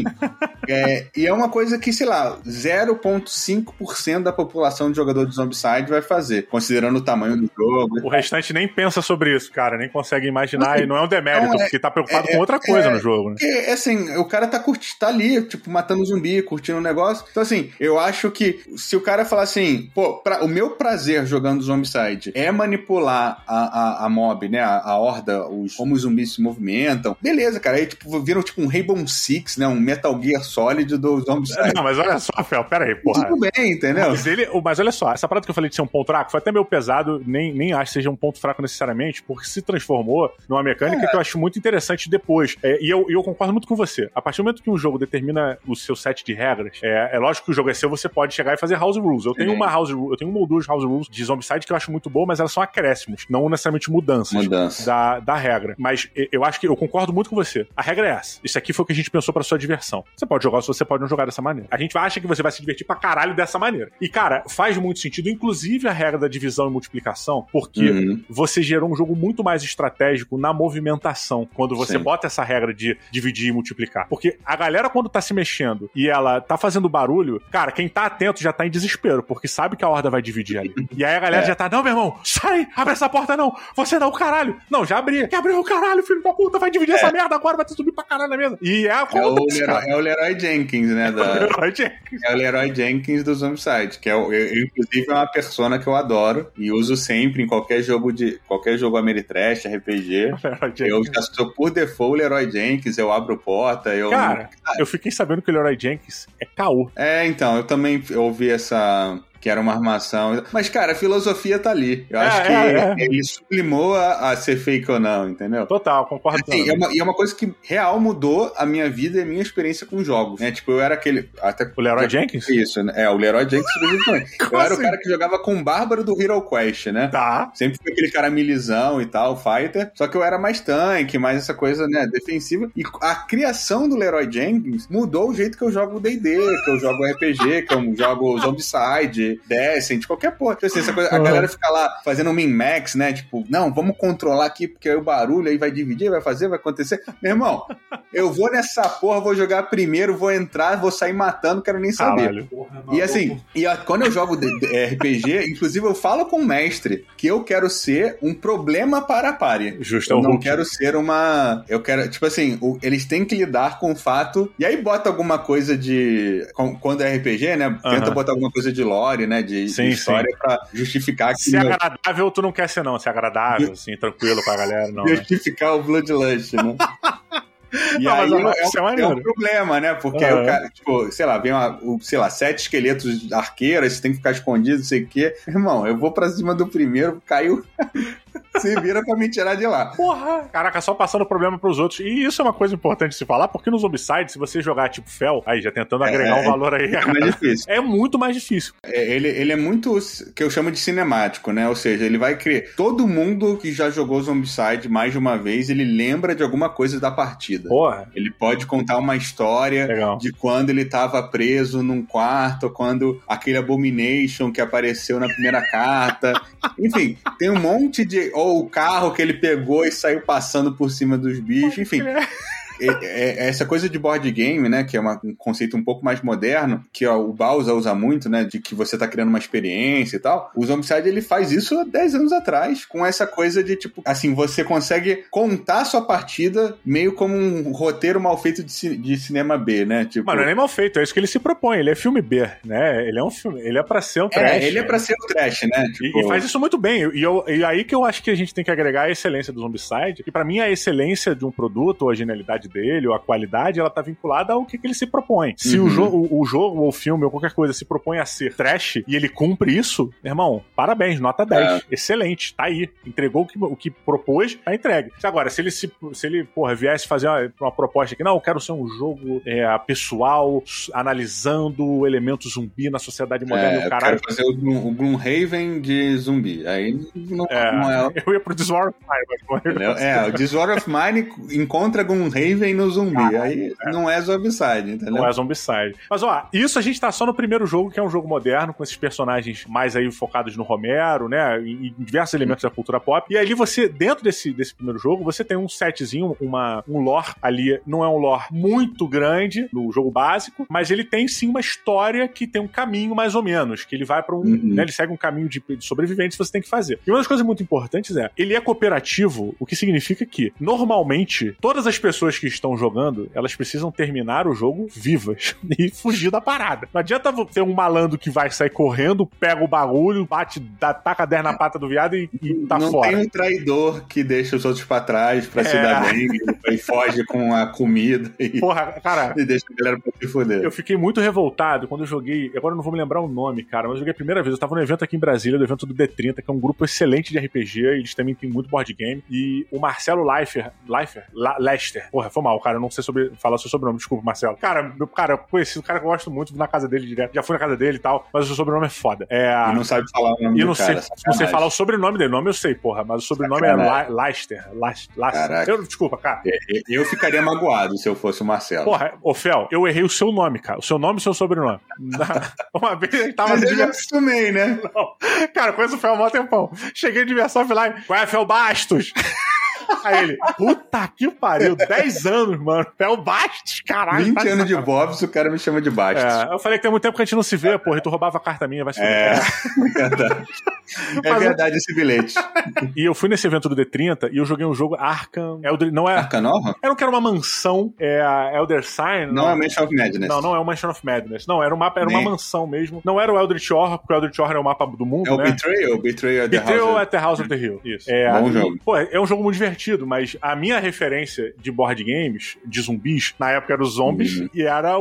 é, e é uma coisa que, sei lá, zero vírgula cinco por cento da população de jogador de Zombicide vai fazer, considerando o tamanho do jogo. O restante nem pensa sobre isso, cara, nem consegue imaginar, assim, e não é um demérito, não, é, porque tá preocupado é, com outra coisa é, no jogo, né? É, assim, o cara tá, curti, tá ali, tipo, matando zumbi, curtindo o negócio. Então, assim, eu acho que se o cara falar assim, pô, pra, o meu prazer jogando Zombicide é manipular a, a, a mob, né, a, a horda, os, como os zumbis se movimentam, beleza, cara, aí, tipo, viram, tipo, um Rainbow Six, né, um Metal Gear Solid do Zombicide. Não, mas olha só, Fel, pera aí, porra. Tudo bem, entendeu? Mas, ele, mas olha só, essa parada que eu falei de ser um ponto fraco foi até meio pesado, nem, nem acho que seja um ponto fraco necessariamente, porque se transformou numa mecânica é. que eu acho muito interessante depois. É, e eu, eu concordo muito com você. A partir do momento que um jogo determina o seu set de regras, é, é lógico que o jogo é seu, você pode chegar e fazer house rules. Eu tenho Sim. uma house eu tenho uma ou duas house rules de Zombicide que eu acho muito boa, mas elas são acréscimos, não necessariamente mudanças Mudança. da, da regra. Mas eu acho que eu concordo muito com você. A regra é essa. Isso aqui foi o que a gente pensou pra sua diversão. Você pode jogar ou você pode não jogar dessa maneira. A gente acha que você vai se divertir pra caralho dessa maneira. E, cara, faz muito sentido, inclusive a regra da divisão e multiplicação, porque uhum. você gerou um jogo muito mais estratégico na movimentação, quando você Sim. bota essa regra de dividir e multiplicar. Porque a galera, quando tá se mexendo e ela tá fazendo barulho, cara, quem tá atento já tá em desespero, porque sabe que a horda vai dividir ali. E aí a galera é. já tá, não, meu irmão, sai, abre essa porta não, você não, caralho. caralho. Não, já abri. Quer abrir o caralho, filho da puta, vai dividir é. essa merda agora, vai te subir pra caralho na mesa. E é a é o, Leroy, é o Leroy Jenkins, né? Da... É o Leroy Jenkins. É o Leroy Jenkins do Zombicide, que é, o, eu, inclusive, é uma persona que eu adoro e uso sempre em qualquer jogo de qualquer jogo Ameritrash, R P G. Eu já sou por default Leroy Jenkins, eu abro porta, eu... Cara, ah, eu fiquei sabendo que o Leroy Jenkins é caô. É, então, eu também ouvi essa... que era uma armação. Mas, cara, a filosofia tá ali. Eu é, acho que é, é. ele sublimou a, a ser fake ou não, entendeu? Total, concordo. Assim, é uma, e é uma coisa que real mudou a minha vida e a minha experiência com jogos. Né? Tipo, eu era aquele... Até, o Leroy Jenkins? Isso, né? É, o Leroy Jenkins também. Eu era assim? O cara que jogava com o Bárbaro do Hero Quest, né? Tá. Sempre foi aquele cara milizão e tal, fighter. Só que eu era mais tanque, mais essa coisa, né, defensiva. E a criação do Leroy Jenkins mudou o jeito que eu jogo D e D, que eu jogo R P G, que eu jogo Zombicide, Descent, qualquer porra. Assim, essa coisa, a uhum. galera fica lá fazendo um min-max, né? Tipo, não, vamos controlar aqui, porque aí o barulho aí vai dividir, vai fazer, vai acontecer. Meu irmão, eu vou nessa porra, vou jogar primeiro, vou entrar, vou sair matando, quero nem saber. Porra, e assim, e a, quando eu jogo de, de R P G, inclusive eu falo com o mestre que eu quero ser um problema para a party. Justo, eu é o não Hulk. Quero ser uma... Eu quero, tipo assim, o, eles têm que lidar com o fato... E aí bota alguma coisa de... Quando é R P G, né? Tenta uhum. botar alguma coisa de lore, né? De, sim, de história sim. Pra justificar... Que se é meu... agradável, tu não quer ser não. Se é agradável, assim, tranquilo pra galera, não. Justificar né? o Bloodlust, né? E não, aí é, é, é um problema, né? Porque uhum. o cara, tipo, sei lá, vem uma, sei lá, sete esqueletos arqueiros, você tem que ficar escondido, não sei o quê. Irmão, eu vou pra cima do primeiro, caiu... Se vira pra me tirar de lá. Porra! Caraca, só passando problema pros outros. E isso é uma coisa importante de se falar, porque no Zombicide, se você jogar tipo Fel, aí já tentando agregar é, um valor aí, é, mais difícil. É muito mais difícil. É, ele, ele é muito, que eu chamo de cinemático, né? Ou seja, ele vai criar... Todo mundo que já jogou Zombicide mais de uma vez, ele lembra de alguma coisa da partida. Porra! Ele pode contar uma história Legal. De quando ele tava preso num quarto, quando aquele Abomination que apareceu na primeira carta. Enfim, tem um monte de... Ou o carro que ele pegou e saiu passando por cima dos bichos, enfim... É, é, essa coisa de board game, né, que é uma, um conceito um pouco mais moderno, que ó, o Bauza usa muito, né, de que você tá criando uma experiência e tal. O Zombicide, ele faz isso há dez anos atrás, com essa coisa de, tipo, assim, você consegue contar a sua partida meio como um roteiro mal feito de, ci- de cinema B, né? Tipo... Mas não é nem mal feito, é isso que ele se propõe, ele é filme B, né? Ele é um filme, ele é pra ser um trash. É, ele é pra ser um trash, né? Tipo... E, e faz isso muito bem, e, eu, e aí que eu acho que a gente tem que agregar a excelência do Zombicide, e pra mim a excelência de um produto, ou a genialidade dele, ou a qualidade, ela tá vinculada ao que, que ele se propõe. Se uhum. o, jo- o, o jogo, ou o filme, ou qualquer coisa se propõe a ser trash, e ele cumpre isso, irmão, parabéns, nota dez. É. Excelente, tá aí. Entregou o que, o que propôs, tá entregue. Agora, se ele, se, se ele porra, viesse fazer uma, uma proposta aqui, não, eu quero ser um jogo é, pessoal, analisando elementos zumbi na sociedade moderna é, e o caralho. Eu quero fazer o, o Gloomhaven de zumbi. Aí não é. Não é... Eu ia pro This War of Mine. Mas... É, o This War of Mine encontra Gloomhaven no zumbi. Ah, aí é. Não é Zombicide, entendeu? Não é Zombicide. Mas, ó, isso a gente tá só no primeiro jogo, que é um jogo moderno, com esses personagens mais aí focados no Romero, né? E em diversos elementos da cultura pop. E ali você, dentro desse, desse primeiro jogo, você tem um setzinho, uma, um lore ali. Não é um lore muito grande no jogo básico, mas ele tem sim uma história que tem um caminho mais ou menos, que ele vai pra um... Uhum. Né, ele segue um caminho de, de sobreviventes que você tem que fazer. E uma das coisas muito importantes é, ele é cooperativo, o que significa que, normalmente, todas as pessoas que estão jogando, elas precisam terminar o jogo vivas e fugir da parada. Não adianta ter um malandro que vai sair correndo, pega o bagulho, bate, dá, taca a dez na pata do viado e, e tá não fora. Não tem um traidor que deixa os outros pra trás pra é. se dar bem e foge com a comida e, Porra, cara, e deixa a galera pra se foder. Eu fiquei muito revoltado quando eu joguei, agora eu não vou me lembrar o nome, cara, mas eu joguei a primeira vez, eu tava no evento aqui em Brasília, do evento do D trinta, que é um grupo excelente de R P G, eles também têm muito board game, e o Marcelo Leifer, Leifer? La, Lester, porra, foi mal, cara, eu não sei sobre, falar seu sobrenome, desculpa, Marcelo. Cara, meu, cara, eu conheci o cara que eu gosto muito, vou na casa dele direto, já fui na casa dele e tal, mas o seu sobrenome é foda. É, e não sabe falar o nome e não do cara, sei, não sei falar o sobrenome dele, o nome eu sei, porra, mas o sobrenome sacanagem. É Lester, Lester. Eu, desculpa, cara. Eu, eu ficaria magoado se eu fosse o Marcelo. Porra, ô Fel, eu errei o seu nome, cara, o seu nome e o seu sobrenome. Uma vez ele tava... Mas eu já acostumei, né? Não. Cara, eu conheço o Fel há mó tempão. Cheguei de diversão e fui lá, qual é, Fel Bastos? Aí ele, puta que pariu, dez anos, mano. É o Bastos, caralho. vinte anos de Bobs, o cara me chama de Bastos. É, eu falei que tem muito tempo que a gente não se vê, porra, e tu roubava a carta minha, vai se É, verdade. É Mas, verdade esse bilhete. E eu fui nesse evento do D trinta e eu joguei um jogo Arkham... Elder, não é... Arkham Nova? Era que era uma mansão, é a Elder Sign. Não, não é Mansion of Madness. Não, não é o Mansion of Madness. Não, era, um mapa, era Nem. uma mansão mesmo. Não era o Eldritch Horror, porque o Eldritch Horror é o mapa do mundo, É o né? Betrayal? Betrayal at the Betrayal House. at the House of the Hill. Isso. É, Bom e, jogo. Pô, é um jogo muito divertido, mas a minha referência de board games, de zumbis, na época era os zombies Uhum. e era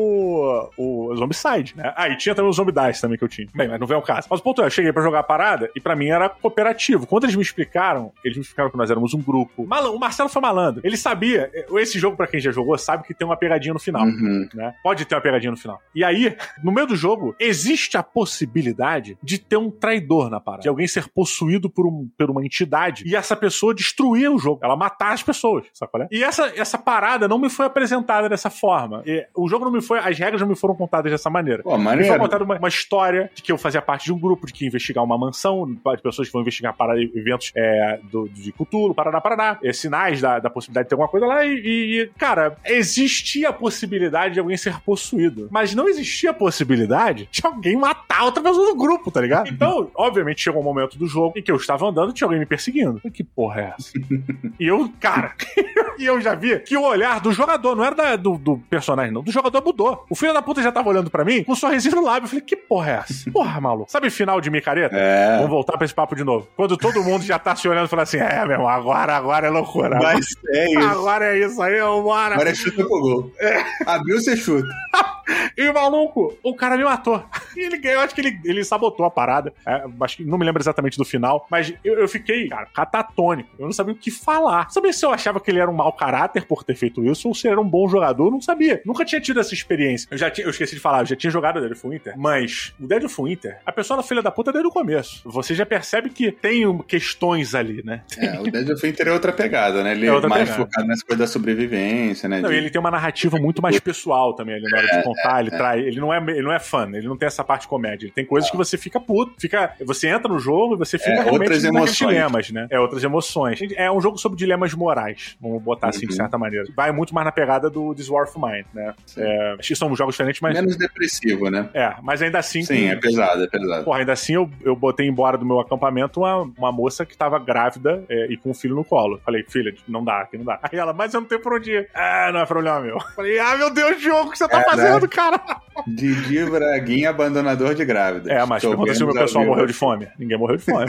o, o Zombicide, né? Ah, e tinha também o Zombie Dice também que eu tinha. Bem, mas não vem ao caso. Mas o ponto é, eu cheguei pra jogar a parada e pra mim era cooperativo. Quando eles me explicaram, eles me explicaram que nós éramos um grupo. Malan- o Marcelo foi malandro. Ele sabia, esse jogo pra quem já jogou, sabe que tem uma pegadinha no final, Uhum. né? Pode ter uma pegadinha no final. E aí, no meio do jogo, existe a possibilidade de ter um traidor na parada. De alguém ser possuído por, um, por uma entidade e essa pessoa destruir o jogo. Ela matar as pessoas, sabe qual é? E essa, essa parada não me foi apresentada dessa forma. E o jogo não me foi... As regras não me foram contadas dessa maneira. Pô, Me maneiro. foi contada uma, uma história de que eu fazia parte de um grupo de que ia investigar uma mansão, de pessoas que vão investigar para eventos é, do, de Cthulhu, Paraná, Paraná. É, sinais da, da possibilidade de ter alguma coisa lá e, e, cara, existia a possibilidade de alguém ser possuído. Mas não existia a possibilidade de alguém matar outra pessoa do grupo, tá ligado? Então, obviamente, chegou um momento do jogo em que eu estava andando e tinha alguém me perseguindo. Que porra é essa? E eu, cara, e eu já vi que o olhar do jogador, não era da, do, do personagem, não, do jogador mudou. O filho da puta já tava olhando pra mim com um sorrisinho no lábio. Eu falei, que porra é essa? Porra, maluco. Sabe final de micareta? É. Vamos voltar pra esse papo de novo. Quando todo mundo já tá se olhando e fala assim, é, meu irmão, agora, agora é loucura. Mas é isso. Agora é isso aí, vambora. Agora é chuta pro gol. É. Abriu, você chuta. E o maluco, o cara me matou. E ele ganhou, acho que ele, ele sabotou a parada. É, acho que não me lembro exatamente do final, mas eu, eu fiquei, cara, catatônico. Eu não sabia o que falar. Não sabia se eu achava que ele era um mau caráter por ter feito isso ou se ele era um bom jogador. Eu não sabia. Nunca tinha tido essa experiência. Eu já tinha, eu esqueci de falar, eu já tinha jogado o Dead of Winter, mas o Dead of Winter, a pessoa na filha da puta desde o começo. Você já percebe que tem um, questões ali, né? É, o Dead of Winter é outra pegada, né? Ele É é, outra mais pegada. focado nessa coisa da sobrevivência, né? Não, de... e ele tem uma narrativa muito mais pessoal também ali na hora de contar. Ele trai, ele não é, ele não é fã, ele não tem essa parte comédia. Ele tem coisas que você fica puto, fica, você entra no jogo e você fica É, realmente outras naqueles emoções. dilemas, né? É, outras emoções. É um jogo sobre dilemas morais, vamos botar assim, Uhum. de certa maneira. Vai muito mais na pegada do This War of Mine, né? É, acho que são jogos diferentes, mas... Menos depressivo, né? É, mas ainda assim... Sim, com- é pesado, é pesado. Porra, ainda assim eu, eu botei embora do meu acampamento uma, uma moça que tava grávida é, e com um filho no colo. Falei, filha, não dá, aqui não dá. Aí ela, mas eu não tenho pra onde ir. Ah, não é problema meu. Falei, ah, meu Deus, jogo que você tá É, fazendo, né? cara? Didi Braguinha, abandonador de grávidas. É, mas pergunta se o meu Soubemos pessoal ao morreu vivo. de fome. Ninguém morreu de fome.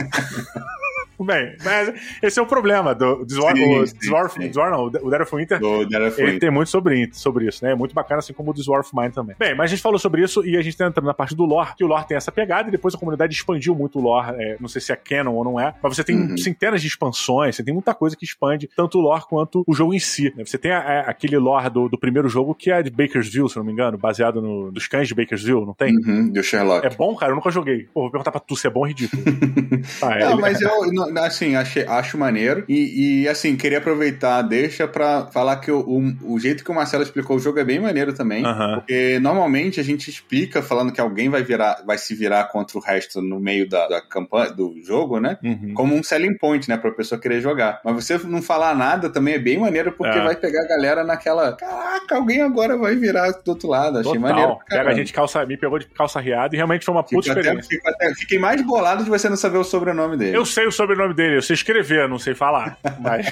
Bem, mas esse é o problema do This War, Sim, o sim, This War, sim. This War não, o Dead of Winter. Do Dead of Ele Winter. tem muito sobre, sobre isso, né? É muito bacana, assim como o This War of Mine também. Bem, mas a gente falou sobre isso e a gente tá entrando na parte do lore, que o lore tem essa pegada e depois a comunidade expandiu muito o lore. É, não sei se é canon ou não é, mas você tem Uhum. centenas de expansões, você tem muita coisa que expande tanto o lore quanto o jogo em si, né? Você tem a- a- aquele lore do, do primeiro jogo que é de Bakersville, se não me engano, baseado no, dos cães de Bakersville, não tem? Uhum, do Sherlock. É bom, cara? Eu nunca joguei. Pô, vou perguntar pra tu se é bom ou ridículo. Tá, é, Não, ele- mas eu, não, assim, achei, acho maneiro. E, e, assim, queria aproveitar, deixa pra falar que o, o, o jeito que o Marcelo explicou o jogo é bem maneiro também. Aham. Porque normalmente a gente explica falando que alguém vai virar, vai se virar contra o resto no meio da, da campanha, do jogo, né? Uhum. Como um selling point, né? Pra pessoa querer jogar. Mas você não falar nada também é bem maneiro, porque É. vai pegar a galera naquela. Caraca, alguém agora vai virar do outro lado. Achei Total. maneiro. pra Pega a caramba. gente calça, me pegou de calça riada e realmente foi uma puta Fico até, experiência. fico até- fiquei mais bolado de você não saber o sobrenome dele. Eu sei o sobrenome dele, eu sei escrever, não sei falar. Mas.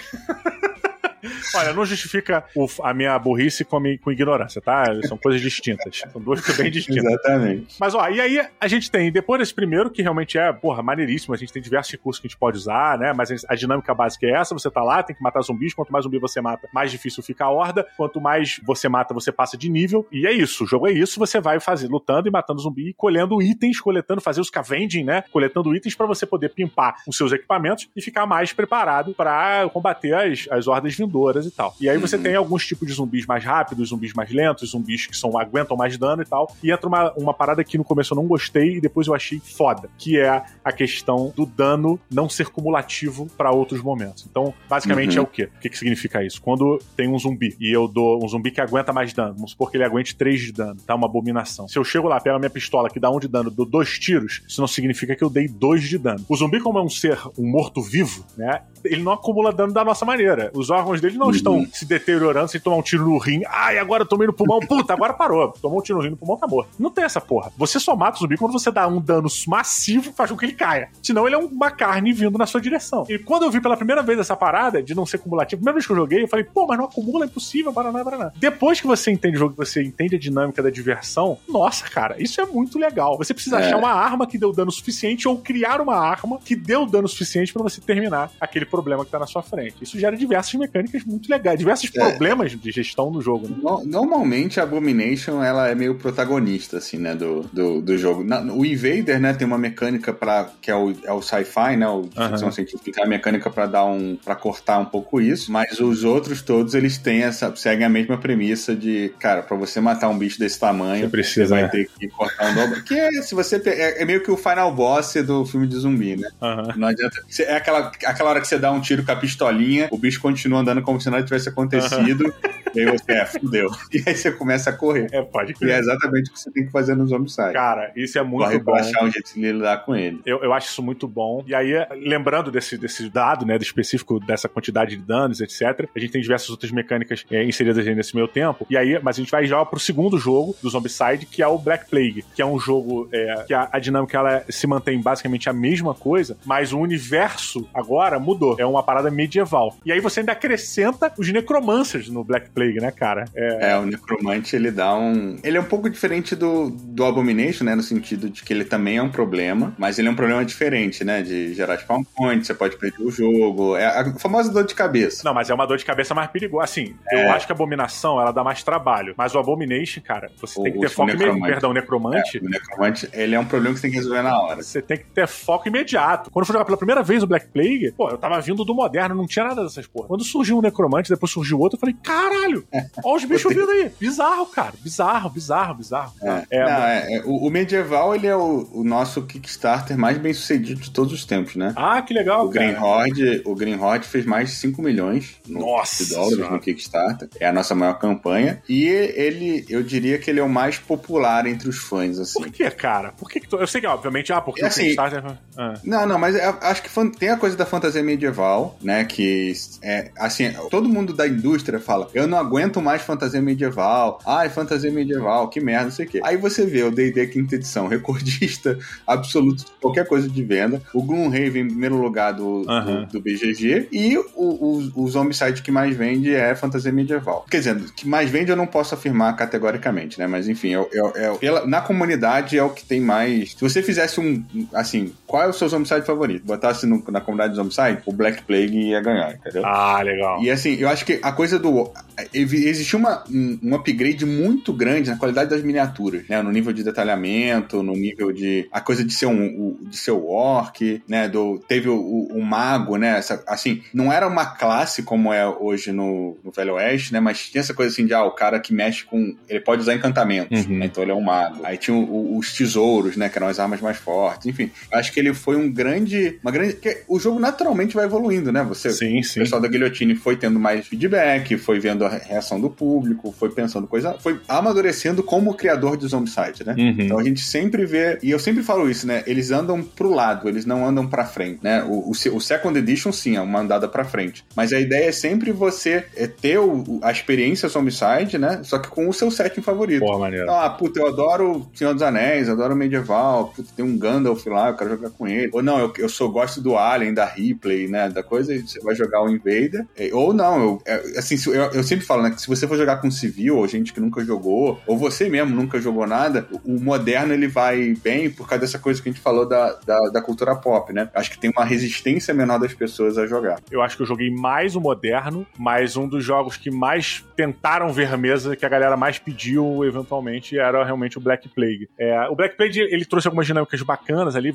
Olha, não justifica o- a minha burrice com, a minha- com ignorância, tá? São coisas distintas. São duas coisas bem distintas. Exatamente. Mas, ó, e aí a gente tem, depois desse primeiro, que realmente é, porra, maneiríssimo, a gente tem diversos recursos que a gente pode usar, né? Mas a dinâmica básica é essa, você tá lá, tem que matar zumbis, quanto mais zumbi você mata, mais difícil fica a horda, quanto mais você mata, você passa de nível, e é isso, o jogo é isso, você vai fazer, lutando e matando zumbi, e colhendo itens, coletando, fazer os scavenging, né? Coletando itens pra você poder pimpar os seus equipamentos e ficar mais preparado pra combater as, as hordas vindouras. destruidoras e tal. E aí você uhum. tem alguns tipos de zumbis mais rápidos, zumbis mais lentos, zumbis que são, aguentam mais dano e tal. E entra uma, uma parada que no começo eu não gostei e depois eu achei foda, que é a questão do dano não ser cumulativo pra outros momentos. Então, basicamente uhum. é o quê? O que que significa isso? Quando tem um zumbi e eu dou um zumbi que aguenta mais dano, vamos supor que ele aguente três de dano, tá? Uma abominação. Se eu chego lá, pego a minha pistola que dá um de dano, dou dois tiros, isso não significa que eu dei dois de dano. O zumbi, como é um ser, um morto-vivo, né? Ele não acumula dano da nossa maneira. Os órgãos dele não uhum. estão se deteriorando sem tomar um tiro no rim. Ai, agora eu tomei no pulmão. Puta, agora parou. Tomou um tiro no rim no pulmão, tá morto. Não tem essa porra. Você só mata o zumbi quando você dá um dano massivo que faz com que ele caia. Senão ele é uma carne vindo na sua direção. E quando eu vi pela primeira vez essa parada de não ser cumulativo, a primeira vez que eu joguei, eu falei, pô, mas não acumula, é impossível, paraná, paraná. Depois que você entende o jogo, que você entende a dinâmica da diversão, nossa, cara, isso é muito legal. Você precisa é. achar uma arma que deu dano suficiente ou criar uma arma que deu dano suficiente pra você terminar aquele problema que tá na sua frente. Isso gera diversas mecânicas muito legais, diversos é. problemas de gestão no jogo, né? No, normalmente a Abomination, ela é meio protagonista, assim, né, do, do, do jogo. Na, o Invader, né, tem uma mecânica pra, que é o, é o sci-fi, né, o de ficção uhum. científica, a mecânica pra dar um, pra cortar um pouco isso, mas os outros todos, eles têm essa, seguem a mesma premissa de, cara, pra você matar um bicho desse tamanho, você, precisa, você vai é. ter que cortar um dobro. Que é, se você, é, é meio que o final boss do filme de zumbi, né? Uhum. Não adianta, é aquela, aquela hora que você dá um tiro com a pistolinha, o bicho continua andando como se nada tivesse acontecido, uhum. e aí você, é, fudeu. E aí você começa a correr. É, pode crer. E é exatamente o que você tem que fazer nos Zombicide. Cara, isso é muito Corre bom. Pra achar um jeito de lidar com ele. Eu, eu acho isso muito bom. E aí, lembrando desse, desse dado, né, do específico dessa quantidade de danos, etcétera, a gente tem diversas outras mecânicas é, inseridas aí nesse meio tempo. E aí, mas a gente vai já pro segundo jogo do Zombicide, que é o Black Plague, que é um jogo é, que a, a dinâmica ela se mantém basicamente a mesma coisa, mas o universo agora mudou. É uma parada medieval. E aí você ainda acrescenta os necromancers no Black Plague, né, cara? É, é o necromante, ele dá um... Ele é um pouco diferente do, do Abomination, né, no sentido de que ele também é um problema, mas ele é um problema diferente, né, de gerar spawn point, você pode perder o jogo, é a famosa dor de cabeça. Não, mas é uma dor de cabeça mais perigosa. Assim, é. eu acho que a Abominação, ela dá mais trabalho, mas o Abomination, cara, você o, tem que ter foco imediato. Perdão, o Necromante... É, o Necromante, ele é um problema que você tem que resolver na hora. Você tem que ter foco imediato. Quando eu fui jogar pela primeira vez o Black Plague, pô, eu tava vindo do moderno, não tinha nada dessas porra. Quando surgiu o Necromante, depois surgiu outro, eu falei, caralho, olha os bichos vindo aí. Bizarro, cara. Bizarro, bizarro, bizarro. É, é, não, é, é o, o medieval, ele é o, o nosso Kickstarter mais bem sucedido de todos os tempos, né? Ah, que legal, o cara. Green Horde, o Green Horde fez mais de cinco milhões no, Nossa, de dólares no Kickstarter. É a nossa maior campanha. E ele, eu diria que ele é o mais popular entre os fãs, assim. Por que, cara? Por que que tu... Eu sei que, obviamente, ah, porque assim, o Kickstarter... Ah. Não, não, mas eu acho que tem a coisa da fantasia medieval, né, que é, assim, todo mundo da indústria fala, eu não aguento mais fantasia medieval, ai, fantasia medieval, que merda, não sei o quê. Aí você vê o D e D quinta edição, recordista absoluto de qualquer coisa de venda, o Gloomhaven em primeiro lugar do, uhum. do, do B G G, e o, o, o Zombicide que mais vende é fantasia medieval. Quer dizer, que mais vende eu não posso afirmar categoricamente, né, mas enfim, é, é, é, pela, na comunidade é o que tem mais... Se você fizesse um, assim, qual é o seu Zombicide favorito? Botasse no, na comunidade do Zombicide, o Black Plague ia ganhar, entendeu? Ah, legal. E assim, eu acho que a coisa do... Existiu uma, um, um upgrade muito grande na qualidade das miniaturas, né? No nível de detalhamento, no nível de... A coisa de ser um, de ser o orc, né? Do, teve o, o, o mago, né? Essa, assim, não era uma classe como é hoje no, no Velho Oeste, né? Mas tinha essa coisa assim de, ah, o cara que mexe com... Ele pode usar encantamentos, uhum. né? Então ele é um mago. Aí tinha o, o, os tesouros, né? Que eram as armas mais fortes. Enfim, acho que ele foi um grande... Uma grande... Porque o jogo naturalmente vai evoluindo, né? Você, sim, sim. O pessoal da Guillotine foi tendo mais feedback, foi vendo a reação do público, foi pensando coisa... Foi amadurecendo como criador de Zombicide, né? Uhum. Então a gente sempre vê... E eu sempre falo isso, né? Eles andam pro lado, eles não andam pra frente, né? O, o, o Second Edition, sim, é uma andada pra frente. Mas a ideia é sempre você é ter o, a experiência Zombicide, né? Só que com o seu setting favorito. Pô, maneiro. Ah, puta, eu adoro Senhor dos Anéis, adoro Medieval, puta, tem um Gandalf lá, eu quero jogar com ele. Ou não, eu, eu sou, gosto do Alien, da Ripley, né? Da coisa, e você vai jogar o Invader. Ou não, eu, assim, eu, eu sempre falo, né? Que se você for jogar com civil, ou gente que nunca jogou, ou você mesmo nunca jogou nada, o moderno ele vai bem por causa dessa coisa que a gente falou da, da, da cultura pop, né? Acho que tem uma resistência menor das pessoas a jogar. Eu acho que eu joguei mais o moderno, mas um dos jogos que mais tentaram ver mesa, que a galera mais pediu eventualmente, era realmente o Black Plague. É, o Black Plague, ele trouxe algumas dinâmicas bacanas ali, você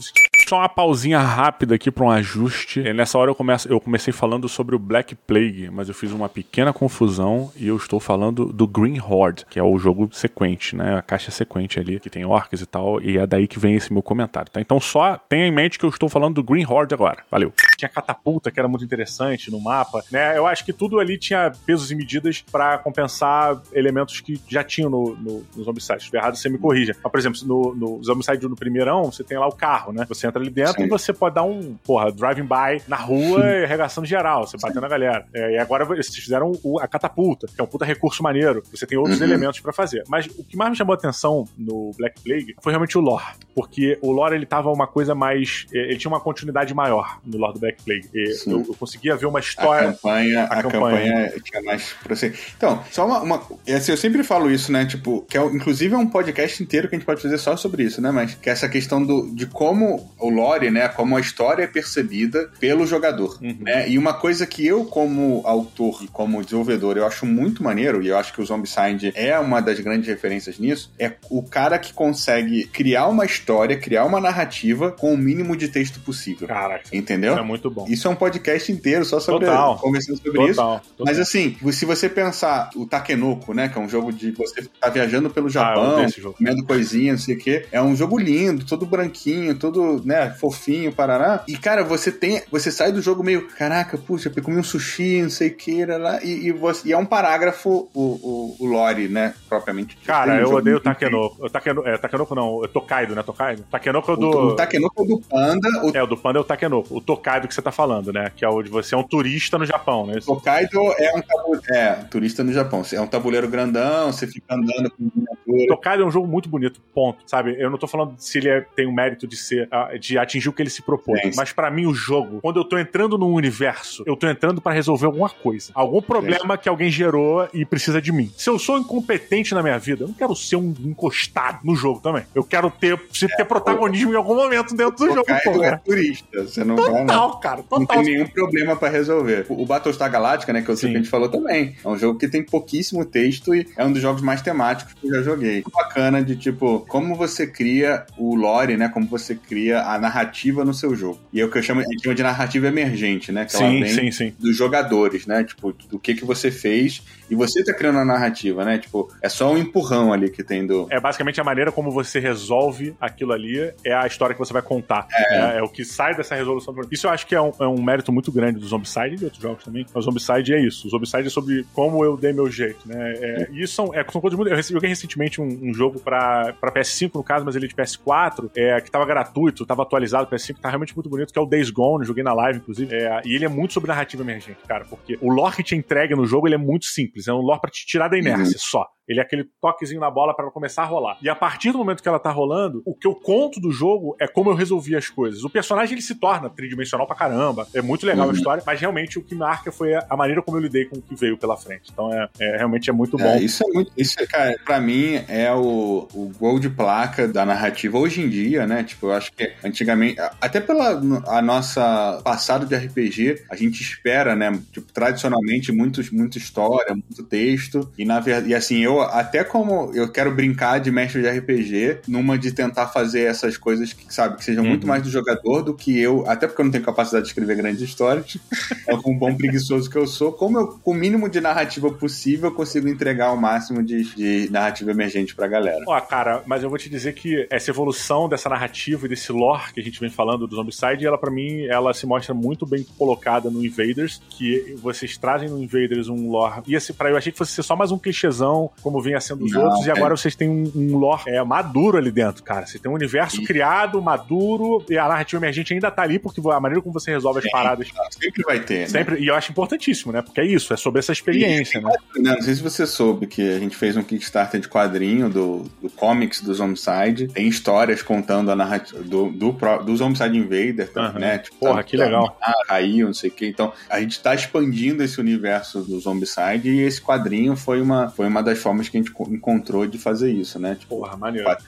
só uma pausinha rápida aqui para um ajuste. E nessa hora eu, começo, eu comecei falando sobre o Black Plague, mas eu fiz uma pequena confusão e eu estou falando do Green Horde, que é o jogo sequente, né? A caixa sequente ali, que tem orcs e tal, e é daí que vem esse meu comentário, tá? Então só tenha em mente que eu estou falando do Green Horde agora. Valeu. Tinha catapulta, que era muito interessante no mapa, né? Eu acho que tudo ali tinha pesos e medidas para compensar elementos que já tinham no, no, no Zombicide. Se estiver errado, você me corrija. Mas, por exemplo, no, no Zombicide no primeirão, você tem lá o carro, né? Você entra ali dentro Sim. e você pode dar um, porra, driving by na rua e arregaçando geral, você batendo na galera. É, e agora vocês fizeram o, a catapulta, que é um puta recurso maneiro. Você tem outros uhum. elementos pra fazer. Mas o que mais me chamou a atenção no Black Plague foi realmente o lore. Porque o lore, ele tava uma coisa mais... Ele tinha uma continuidade maior no lore do Black Plague. Eu, eu conseguia ver uma história... A campanha, a, a campanha, campanha tinha mais... Então, só uma... uma assim, eu sempre falo isso, né? Tipo, que é, inclusive é um podcast inteiro que a gente pode fazer só sobre isso, né? Mas que é essa questão do, de como o lore, né? Como a história é percebida pelo jogador, uhum. né? E uma coisa que eu, como autor e como desenvolvedor, eu acho muito maneiro, e eu acho que o Zombicide é uma das grandes referências nisso, é o cara que consegue criar uma história, criar uma narrativa com o mínimo de texto possível. Caraca. Entendeu? Isso é muito bom. Isso é um podcast inteiro só sobre... Total. Conversando sobre total, isso. Total. Mas assim, se você pensar o Takenoko, né? Que é um jogo de você tá viajando pelo Japão, ah, comendo coisinha, não sei o quê. É um jogo lindo, todo branquinho, todo, né, fofinho, parará. E, cara, você tem... Você sai do jogo meio... Caraca, puxa, eu comi um sushi, não sei o que, lá, e, e, você, e é um parágrafo o, o, o lore, né, propriamente. Cara, eu odeio o Takenoko. O Takenoko, é, Takenoko não, é Tokaido, né, Tokaido? Takenoko é o do... O, o Takenoko é o do Panda. O... É, o do Panda é o Takenoko. O Tokaido que você tá falando, né, que é o de você é um turista no Japão, né? O Tokaido é um tabuleiro... É, turista no Japão. É um tabuleiro grandão, você fica andando com miniatura. Tokaido é um jogo muito bonito, ponto, sabe? Eu não tô falando se ele é, tem o mérito de ser, de atingir o que ele se propõe, Sim. mas pra mim o jogo, quando eu tô entrando num universo, eu tô entrando pra resolver alguma coisa. Algum problema Sim. que alguém gerou e precisa de mim. Se eu sou incompetente na minha vida, eu não quero ser um encostado no jogo também. Eu quero ter, preciso é, ter protagonismo o... em algum momento dentro do jogo. Tokaido é turista, você não total, vai... Total, cara, total. Não tem nenhum problema pra resolver. O Battlestar Galactica, né, que eu sei que a gente falou também, é um jogo que tem pouquíssimo texto e é um dos jogos mais temáticos que eu já joguei. Muito bacana de, tipo, como você cria o lore, né, como você cria a narrativa no seu jogo. E é o que eu chamo, eu chamo de narrativa emergente, né, que sim, ela vem sim, sim. dos jogadores, né, tipo, do que que você fez e você tá criando a narrativa, né, tipo, é só um empurrão ali que tem do... É basicamente a maneira como você resolve aquilo ali, é a história que você vai contar. É, é, é o que sai dessa resolução. Isso eu acho que é um, é um mérito muito grande do Zombicide e de outros jogos também. O Zombicide é isso. O Zombicide é sobre como eu dei meu jeito, né, é, e isso são, é, são coisas muito... Eu joguei recentemente um, um jogo pra, pra P S cinco, no caso, mas ele é de P S quatro, é, que tava gratuito, tava atualizado, P S cinco, tá realmente muito bonito, que é o Days Gone, joguei na live, inclusive, é, e ele é muito sobre narrativa emergente, cara, porque o lore que te entrega no jogo, ele é muito simples, é um lore pra te tirar da inércia, uhum. só. Ele é aquele toquezinho na bola pra ela começar a rolar. E a partir do momento que ela tá rolando, o que eu conto do jogo é como eu resolvi as coisas. O personagem, ele se torna tridimensional pra caramba, é muito legal uhum. a história, mas realmente o que marca foi a maneira como eu lidei com o que veio pela frente. Então, é, é realmente é muito bom. É, isso é muito... Isso, cara, pra mim, é o, o gol de placa da narrativa hoje em dia, né? Tipo, eu acho que antigamente, até pela a nossa passado de R P G, a gente espera, né? Tipo, tradicionalmente, muito, muita história, muito texto, e na verdade, e assim, eu até como eu quero brincar de mestre de R P G, numa de tentar fazer essas coisas que, sabe, que sejam uhum. muito mais do jogador do que eu, até porque eu não tenho capacidade de escrever grandes histórias, é com um bom preguiçoso que eu sou, como eu, com o mínimo de narrativa possível, eu consigo entregar o máximo de, de narrativa emergente pra galera. Ó, cara, mas eu vou te dizer que essa evolução dessa narrativa e desse lore que a gente vem falando do Zombicide, ela pra mim, ela se mostra muito bem colocada no Invaders, que vocês trazem no Invaders um lore, ia ser, pra, eu achei que fosse ser só mais um clichêzão, como vinha sendo os não, outros, e agora é... vocês têm um, um lore é, maduro ali dentro, cara. Você tem um universo e... criado, maduro, e a narrativa emergente ainda tá ali, porque a maneira como você resolve as é, paradas... Sempre vai ter, sempre, né? E eu acho importantíssimo, né? Porque é isso, é sobre essa experiência, e, né? Não, não sei se você soube que a gente fez um Kickstarter de quadrinho do, do comics do Zombicide, tem histórias contando a narrativa do, do, do Zombicide Invader, uhum. né? Tipo, porra, tá, que legal. Ah, caiu, não sei o que. Então, a gente tá expandindo esse universo do Zombicide e esse quadrinho foi uma, foi uma das formas que a gente encontrou de fazer isso, né? Tipo, porra, maneiro. Quadrinho,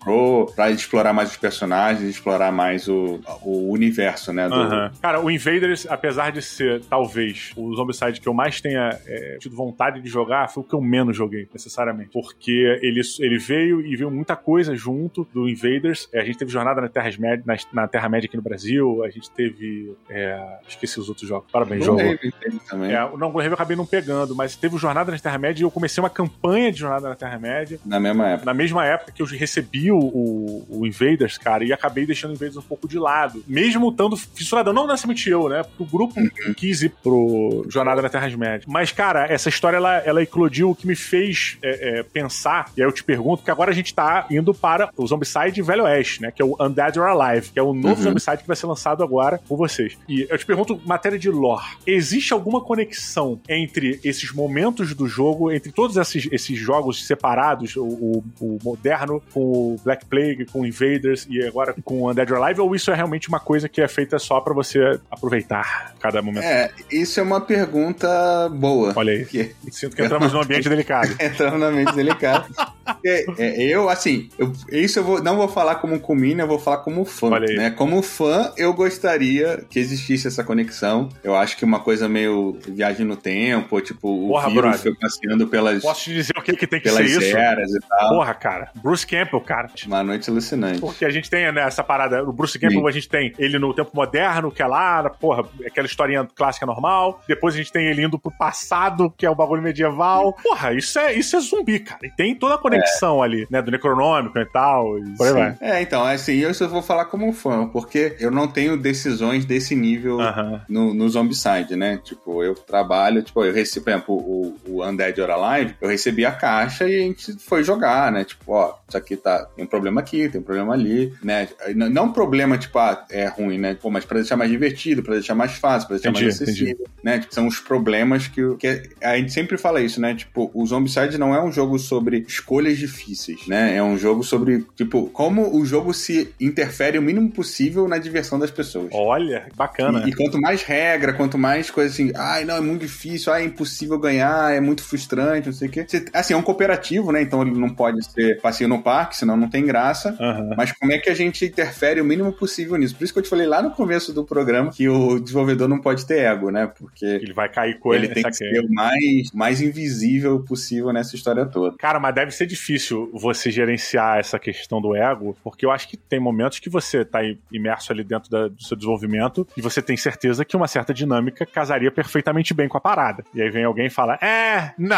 comprou pra explorar mais os personagens, explorar mais o, o universo, né? Do... Uhum. Cara, o Invaders, apesar de ser, talvez, o Zombicide que eu mais tenha é, tido vontade de jogar, foi o que eu menos joguei, necessariamente. Porque ele, ele veio e viu muita coisa junto do Invaders. É, a gente teve jornada na Terra-média na, na Terra-média aqui no Brasil, a gente teve... É, esqueci os outros jogos. Parabéns, jogo. Também. É, não, o Golden eu acabei não pegando, mas teve o Jornada na Terra-média e eu comecei uma campanha de Jornada na Terra-média. Na mesma época. Na mesma época que eu recebi o, o, o Invaders, cara, e acabei deixando o Invaders um pouco de lado. Mesmo estando fissurado, não necessariamente eu, né? Porque o grupo uhum. quis ir pro Jornada na Terra-média. Mas, cara, essa história, ela, ela eclodiu, o que me fez é, é, pensar, e aí eu te pergunto, que agora a gente tá indo para o Zombicide Velho Oeste, né? Que é o Undead or Alive, que é o novo uhum. Zombicide que vai ser lançado agora por vocês. E eu te pergunto, matéria de lore, existe alguma conexão entre esses momentos do jogo, entre todos esses, esses jogos separados, o, o, o moderno com o Black Plague, com o Invaders e agora com o Undead or Alive, ou isso é realmente uma coisa que é feita só pra você aproveitar cada momento? É, isso é uma pergunta boa. Olha aí, que... sinto que entramos num ambiente delicado. Entramos num ambiente delicado. É, é, eu, assim, eu, isso eu vou, não vou falar como comina, eu vou falar como fã, né? Como fã, eu gostaria que existisse essa conexão. Eu acho que uma coisa meio viagem no tempo, tipo, Porra, o vírus brother. foi passeando pelas... Posso te dizer o que, que tem que pelas ser isso? eras e tal. Porra, cara. Bruce Campbell, cara. Uma noite alucinante. Porque a gente tem, né, essa parada, o Bruce Campbell, Sim. a gente tem ele no tempo moderno, que é lá, porra, aquela historinha clássica normal. Depois a gente tem ele indo pro passado, que é o bagulho medieval. Porra, isso é, isso é zumbi, cara. E tem toda a conexão é. ali, né, do Necronômico e tal. E por aí vai. É, então, assim, eu só vou falar como fã, porque eu não tenho decisões desse nível uh-huh. no, no Zombicide, né? Tipo, eu trabalho, tipo, eu recebi, por exemplo, o, o Undead or Alive, eu recebi a caixa e a gente foi jogar, né? Tipo, ó, isso aqui tá, tem um problema aqui, tem um problema ali, né? Não um problema, tipo, ah, é ruim, né? Pô, mas pra deixar mais divertido, pra deixar mais fácil, pra deixar entendi, mais acessível, entendi. né? Tipo, são os problemas que, que a gente sempre fala isso, né? Tipo, o Zombicide não é um jogo sobre escolhas difíceis, né? É um jogo sobre, tipo, como o jogo se interfere o mínimo possível na diversão das pessoas. Olha, bacana. E, e quanto mais regra, quanto mais coisa assim, ai, não, é muito difícil, ai, é impossível ganhar, é muito frustrante, não sei o quê. Você, assim, é um cooperativo, né? Então ele não pode ser passeio no parque, senão não tem graça. Uhum. Mas como é que a gente interfere o mínimo possível nisso? Por isso que eu te falei lá no começo do programa que o desenvolvedor não pode ter ego, né? Porque ele vai cair com ele, ele tem que ser o mais, mais invisível possível nessa história toda. Cara, mas deve ser difícil você gerenciar essa questão do ego, porque eu acho que tem momentos que você tá imerso ali dentro da, do seu desenvolvimento e você tem certeza que uma certa dinâmica casaria perfeitamente bem com a parada. E aí vem alguém e fala, é, não...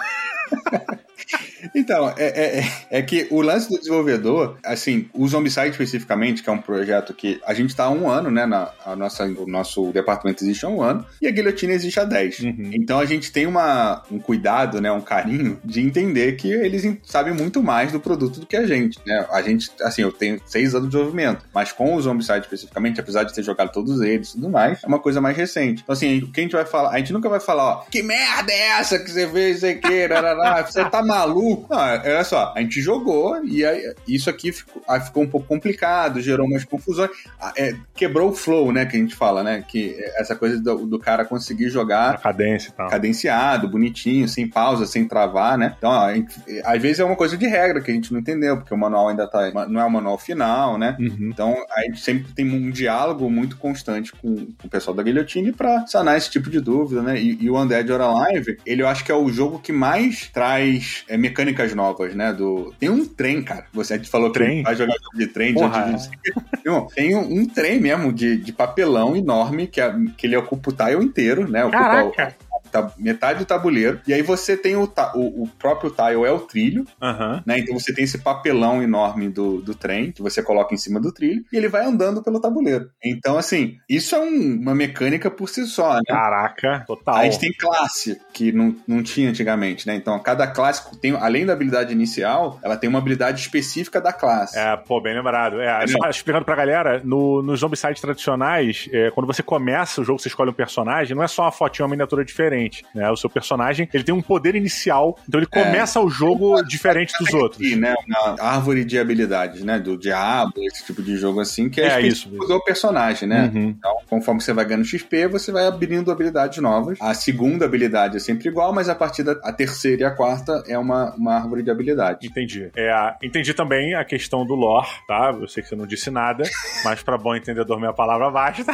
Então, é, é, é que o lance do desenvolvedor, assim, o Zombicide especificamente, que é um projeto que a gente tá há um ano, né, na, a nossa, o nosso departamento existe há um ano, e a Guilhotina existe há dez. Uhum. Então a gente tem uma, um cuidado, né, um carinho de entender que eles sabem muito mais do produto do que a gente, né? A gente, assim, eu tenho seis anos de desenvolvimento, mas com o Zombicide especificamente, apesar de ter jogado todos eles e tudo mais, é uma coisa mais recente. Então, assim, o que a gente vai falar? A gente nunca vai falar, ó, que merda é essa que você fez, isso aqui, rarará, você tá maluco? Não, olha só, a gente jogou e aí, isso aqui ficou, aí ficou um pouco complicado, gerou umas confusões, é, quebrou o flow, né, que a gente fala, né, que essa coisa do, do cara conseguir jogar a cadência e tal. Cadenciado, bonitinho, sem pausa, sem travar, né, então, ó, gente, às vezes é uma coisa de regra que a gente não entendeu, porque o manual ainda tá, não é o manual final, né, uhum. Então a gente sempre tem um diálogo muito constante com, com o pessoal da Guilhotina pra sanar esse tipo de dúvida, né, e, e o Undead or Alive, ele eu acho que é o jogo que mais traz é, mecânicas novas, né? Do... Tem um trem, cara. Você falou trem? que vai jogar jogo de trem. De de... Tem um, um trem mesmo de, de papelão enorme que, é, que ele ocupa o tile inteiro, né? Ocupa Caraca! O... metade do tabuleiro, e aí você tem o, ta- o, o próprio tile é o trilho, uhum. né? Então você tem esse papelão enorme do, do trem, que você coloca em cima do trilho, e ele vai andando pelo tabuleiro. Então, assim, isso é um, uma mecânica por si só, né? Caraca, total. A gente tem classe, que não, não tinha antigamente, né? Então, cada classe, tem, além da habilidade inicial, ela tem uma habilidade específica da classe. É, pô, bem lembrado. É, só explicando pra galera, no, nos Zombicide tradicionais, é, quando você começa o jogo, você escolhe um personagem, não é só uma fotinha, uma miniatura diferente. Né? O seu personagem, ele tem um poder inicial, então ele começa é, o jogo diferente dos outros. Aqui, né? Uma árvore de habilidades, né? Do diabo, esse tipo de jogo assim, que é, é específico isso, do personagem, né? Uhum. Então, conforme você vai ganhando X P, você vai abrindo habilidades novas. A segunda habilidade é sempre igual, mas a partir da a terceira e a quarta é uma, uma árvore de habilidade. Entendi. É, a, entendi também a questão do lore, tá? Eu sei que você não disse nada, mas pra bom entendedor minha palavra basta.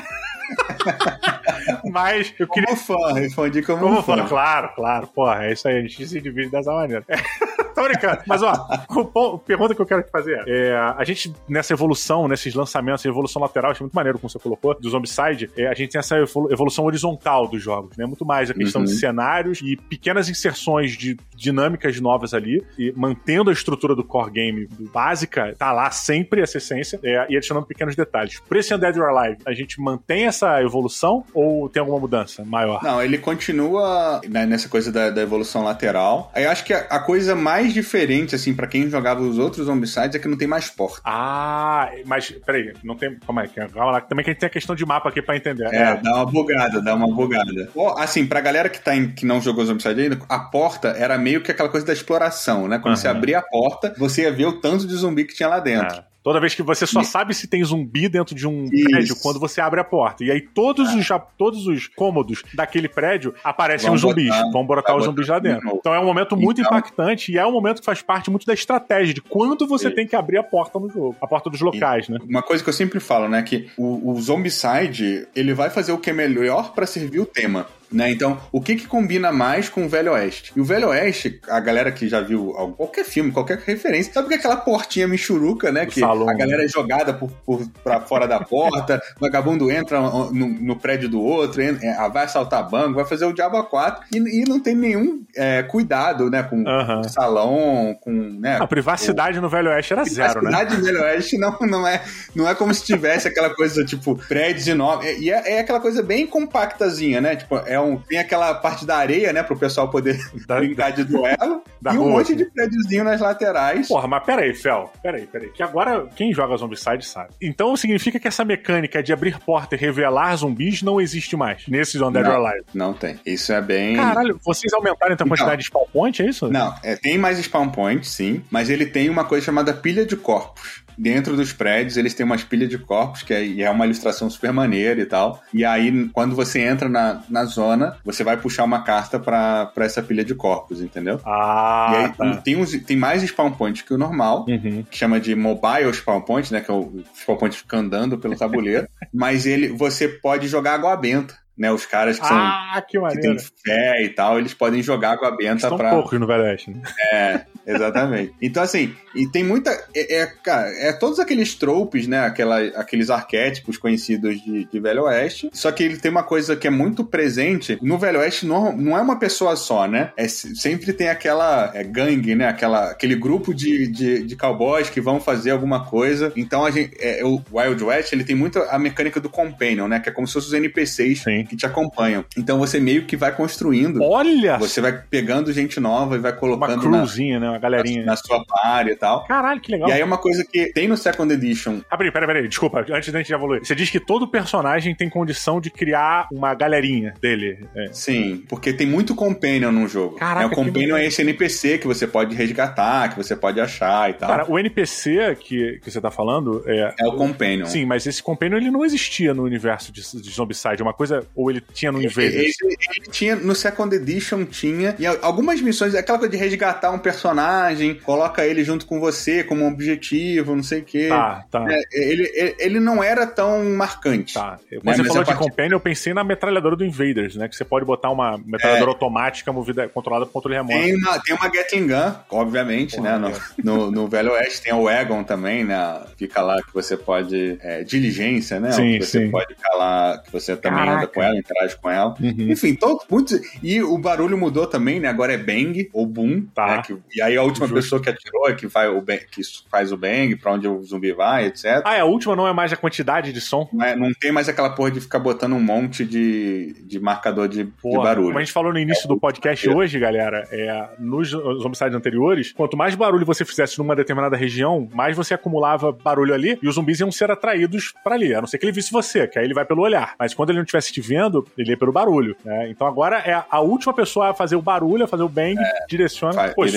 Mas eu queria... Como fã, respondi como, como fã. fã. Claro, claro. Porra, é isso aí, a gente se divide dessa maneira. Tô brincando. Mas, ó, a pergunta que eu quero te fazer é, a gente, nessa evolução, nesses lançamentos, essa evolução lateral, achei muito maneiro, como você colocou, do Zombicide, é, a gente tem essa evolução horizontal dos jogos, né? Muito mais a questão uhum. de cenários e pequenas inserções de dinâmicas novas ali, e mantendo a estrutura do core game básica, tá lá sempre essa essência, é, e adicionando pequenos detalhes. Por esse Undead or Alive, a gente mantém essa evolução ou tem alguma mudança maior? Não, ele continua, né, nessa coisa da, da evolução lateral. Eu acho que a, a coisa mais diferente, assim, pra quem jogava os outros Zombicides é que não tem mais porta. Ah, mas, peraí, não tem... Calma aí, calma lá. Também que a gente tem a questão de mapa aqui pra entender. É, é. dá uma bugada, dá uma bugada. Ou, assim, pra galera que, tá em, que não jogou Zombicide ainda, a porta era meio que aquela coisa da exploração, né? Quando uhum. você abria a porta, você ia ver o tanto de zumbi que tinha lá dentro. Ah. Toda vez que você só e... sabe se tem zumbi dentro de um Isso. prédio quando você abre a porta. E aí todos, ah. os, todos os cômodos daquele prédio aparecem os zumbis. Botar, vão brotar os zumbis lá dentro. Então é um momento muito então... impactante e é um momento que faz parte muito da estratégia de quando você Sim. tem que abrir a porta no jogo. A porta dos locais, e né? Uma coisa que eu sempre falo, né? Que o, o Zombicide, ele vai fazer o que é melhor pra servir o tema. Né? Então, o que que combina mais com o Velho Oeste? E o Velho Oeste, a galera que já viu qualquer filme, qualquer referência, sabe que é aquela portinha michuruca, né? O que salão, a galera é jogada por, por, pra fora da porta, o vagabundo entra no, no prédio do outro, entra, vai assaltar banco, vai fazer o diabo a quatro e, e não tem nenhum é, cuidado, né? Com uhum. o salão, com... Né, a privacidade o, no Velho Oeste era zero, né? A privacidade no Velho Oeste não, não, é, não é como se tivesse aquela coisa, tipo, prédios enormes. E é, é aquela coisa bem compactazinha, né? Tipo, é um, tem aquela parte da areia, né, pro pessoal poder da, brincar de duelo, da e um rua, monte assim. de prédiozinho nas laterais. Porra, mas peraí, Fel, peraí, peraí, que agora quem joga Zombicide sabe. Então significa que essa mecânica de abrir porta e revelar zumbis não existe mais nesses Undead or Alive? Não tem, isso é bem... Caralho, vocês aumentaram então a quantidade não. de spawn point, é isso? Não, é, tem mais spawn point, sim, mas ele tem uma coisa chamada pilha de corpos. Dentro dos prédios, eles têm umas pilhas de corpos, que é, é uma ilustração super maneira e tal. E aí, quando você entra na, na zona, você vai puxar uma carta pra, pra essa pilha de corpos, entendeu? Ah, e aí, tá. tem, uns, tem mais spawn point que o normal, uhum. que chama de mobile spawn point, né? Que é o spawn point fica andando pelo tabuleiro. Mas ele, você pode jogar água benta. Né, os caras que, são, ah, que, que têm fé e tal, eles podem jogar água benta Estão pra... poucos no Velho Oeste, né? É, exatamente. Então, assim, e tem muita... É, é, cara, é todos aqueles tropes, né, aquela, aqueles arquétipos conhecidos de, de Velho Oeste, só que ele tem uma coisa que é muito presente. No Velho Oeste não, não é uma pessoa só, né? É, sempre tem aquela é, gangue, né? Aquela, aquele grupo de, de, de cowboys que vão fazer alguma coisa. Então, a gente, é, o Wild West, ele tem muito a mecânica do companion, né? Que é como se fossem os N P Cs Sim. que te acompanham. Então você meio que vai construindo. Olha! Você vai pegando gente nova e vai colocando uma cruzinha, na, né? Uma galerinha. Na, na sua par e tal. Caralho, que legal. E aí uma coisa que tem no Second Edition... Ah, peraí, peraí, peraí. Desculpa, antes da gente evoluir. Você diz que todo personagem tem condição de criar uma galerinha dele. É. Sim, porque tem muito companion no jogo. Caraca, é, o companion é esse N P C que você pode resgatar, que você pode achar e tal. Cara, o N P C que, que você tá falando... É, é o companion. Sim, mas esse companion ele não existia no universo de, de Zombicide. É uma coisa... Ou ele tinha no Invaders? Ele, ele, ele tinha, no Second Edition tinha, e algumas missões, aquela coisa de resgatar um personagem, coloca ele junto com você como um objetivo, não sei o quê. Tá, tá. É, ele, ele, ele não era tão marcante. Tá. Quando né? você Mas falou de parte... companion, eu pensei na metralhadora do Invaders, né? Que você pode botar uma metralhadora é. automática movida, controlada por controle remoto. Tem uma, tem uma Gatling Gun, obviamente, Porra, né? No, no, no Velho Oeste tem o Wagon também, né? Fica lá que você pode... É, diligência, né? Sim, que você sim. pode ficar lá, que você também Caraca. anda com ela, interage com ela. Uhum. Enfim, todo, muitos, e o barulho mudou também, né? Agora é bang ou boom, tá. né? Que, e aí a última Justo. pessoa que atirou é que, vai o bang, que faz o bang, pra onde o zumbi vai, etcétera. Ah, é, a última não é mais a quantidade de som? Não, é, não tem mais aquela porra de ficar botando um monte de, de marcador de, porra, de barulho. Como a gente falou no início é, do podcast é. hoje, galera, é, nos Zombicides anteriores, quanto mais barulho você fizesse numa determinada região, mais você acumulava barulho ali e os zumbis iam ser atraídos pra ali, a não ser que ele visse você, que aí ele vai pelo olhar. Mas quando ele não estivesse te vendo, ele ia pelo barulho, né? Então agora é a última pessoa a fazer o barulho, a fazer o bang, é, direciona. Faz, Pô, direciona isso muda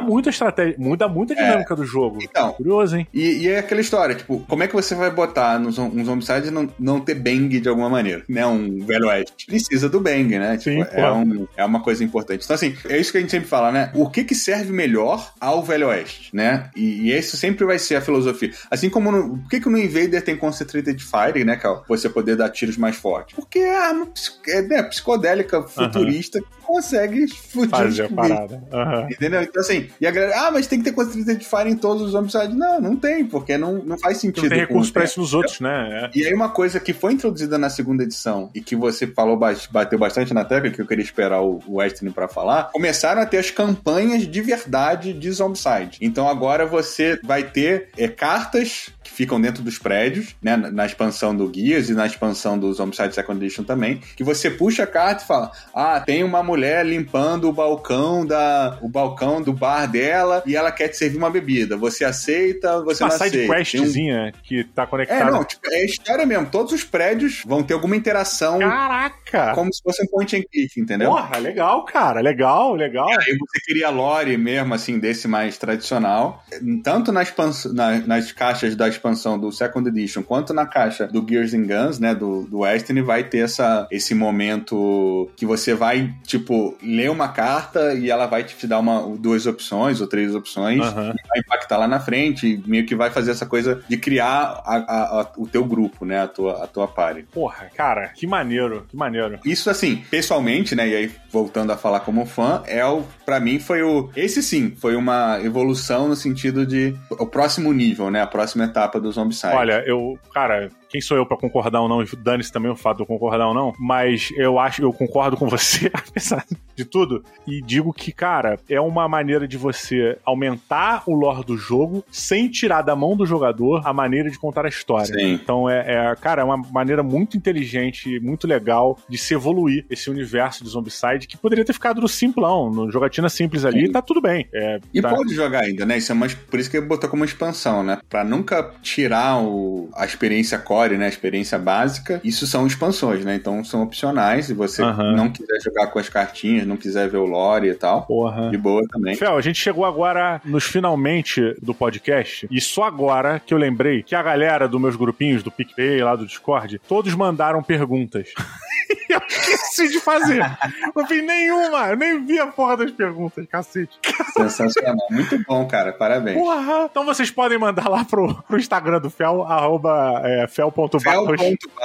muito a estratégia, muda muito a dinâmica é. do jogo. Então, curioso, hein? E, e é aquela história, tipo, como é que você vai botar nos um Zombicide e não, não ter bang de alguma maneira, né? Um Velho Oeste. Precisa do bang, né? Tipo, Sim, é, um, é uma coisa importante. Então, assim, é isso que a gente sempre fala, né? O que que serve melhor ao Velho Oeste, né? E, e isso sempre vai ser a filosofia. Assim como no, por que que no Invader tem Concentrated Fire, né, Cal? Você poder dar tiros mais fortes. Porque é arma é, né, psicodélica, futurista, uh-huh. consegue fazer a parada. Uh-huh. Entendeu? Então, assim, e a galera, ah, mas tem que ter Concentrated Fire em todos os Zombicide. Não, não tem, porque não, não faz sentido. Não tem recurso pra isso nos outros, né? É. E aí uma coisa que foi introduzida na segunda edição e que você falou, bateu bastante na tecla, que eu queria esperar o Western pra falar, começaram a ter as campanhas de verdade de Zombicide. Então agora você vai ter é, cartas que ficam dentro dos prédios, né, na expansão do Gears e na expansão do Zombicide Second Edition também, que você puxa a carta e fala, ah, tem uma mulher limpando o balcão da, o balcão do bar dela e ela quer te servir uma bebida. Você aceita, você uma não aceita. Uma side questzinha um... que tá conectada. É, não, tipo, é história mesmo. Todos os prédios vão ter alguma interação. Caraca! Como se fosse um point and click, entendeu? Porra, legal, cara. Legal, legal. E aí você queria lore mesmo, assim, desse mais tradicional. Tanto na expansão, na, nas caixas da expansão do Second Edition, quanto na caixa do Gears and Guns, né, do, do Western, vai ter essa, esse momento que você vai, tipo, ler uma carta e ela vai te dar uma, duas opções ou três opções uhum. e vai impactar lá na frente e meio que vai fazer essa coisa de criar a, a, a, o teu grupo, né, a tua, a tua party. Porra, cara, que maneiro, que maneiro. Isso, assim, pessoalmente, né, e aí voltando a falar como fã, é o, pra mim foi o, esse sim, foi uma evolução no sentido de o próximo nível, né, a próxima etapa do Zombicide. Olha, eu, cara, quem sou eu pra concordar ou não, e dane-se também o fato de eu concordar ou não, mas eu acho, eu concordo com você, apesar de tudo, e digo que, cara, é uma maneira de você aumentar o lore do jogo sem tirar da mão do jogador a maneira de contar a história. Sim. Então, é, é, cara, é uma maneira muito inteligente, muito legal de se evoluir esse universo de Zombicide, que poderia ter ficado no simplão, no jogatina simples ali, Sim. e tá tudo bem. É, e tá... pode jogar ainda, né? Isso é mais, por isso que botou como expansão, né? Pra nunca tirar o, a experiência core, né? A experiência básica, isso são expansões, né? Então são opcionais, se você uhum. não quiser jogar com as cartinhas, não quiser ver o lore e tal, Porra. de boa também. Fel, a gente chegou agora nos finalmente do podcast, e só agora que eu lembrei que a galera dos meus grupinhos, do PicPay, lá do Discord, todos mandaram perguntas. Eu esqueci de fazer. Não fiz nenhuma. Eu nem vi a porra das perguntas, cacete. Sensacional. Muito bom, cara. Parabéns. Porra. Então vocês podem mandar lá pro, pro Instagram do Fel, arroba é, fel ponto barros.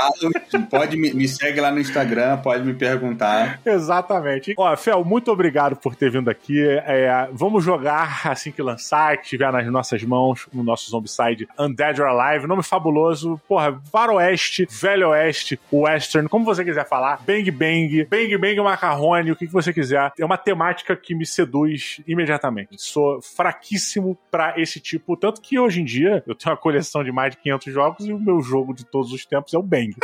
Pode me, me segue lá no Instagram, pode me perguntar. Exatamente. Ó, Fel, muito obrigado por ter vindo aqui. É, vamos jogar assim que lançar, que estiver nas nossas mãos, no nosso Zombicide Undead or Alive. Nome fabuloso. Porra, Faroeste, Velho Oeste, Western, como você quiser falar. Bang Bang, Bang Bang Macarrone, o que, que você quiser. É uma temática que me seduz imediatamente. Sou fraquíssimo pra esse tipo, tanto que hoje em dia eu tenho uma coleção de mais de quinhentos jogos e o meu jogo de todos os tempos é o Bang.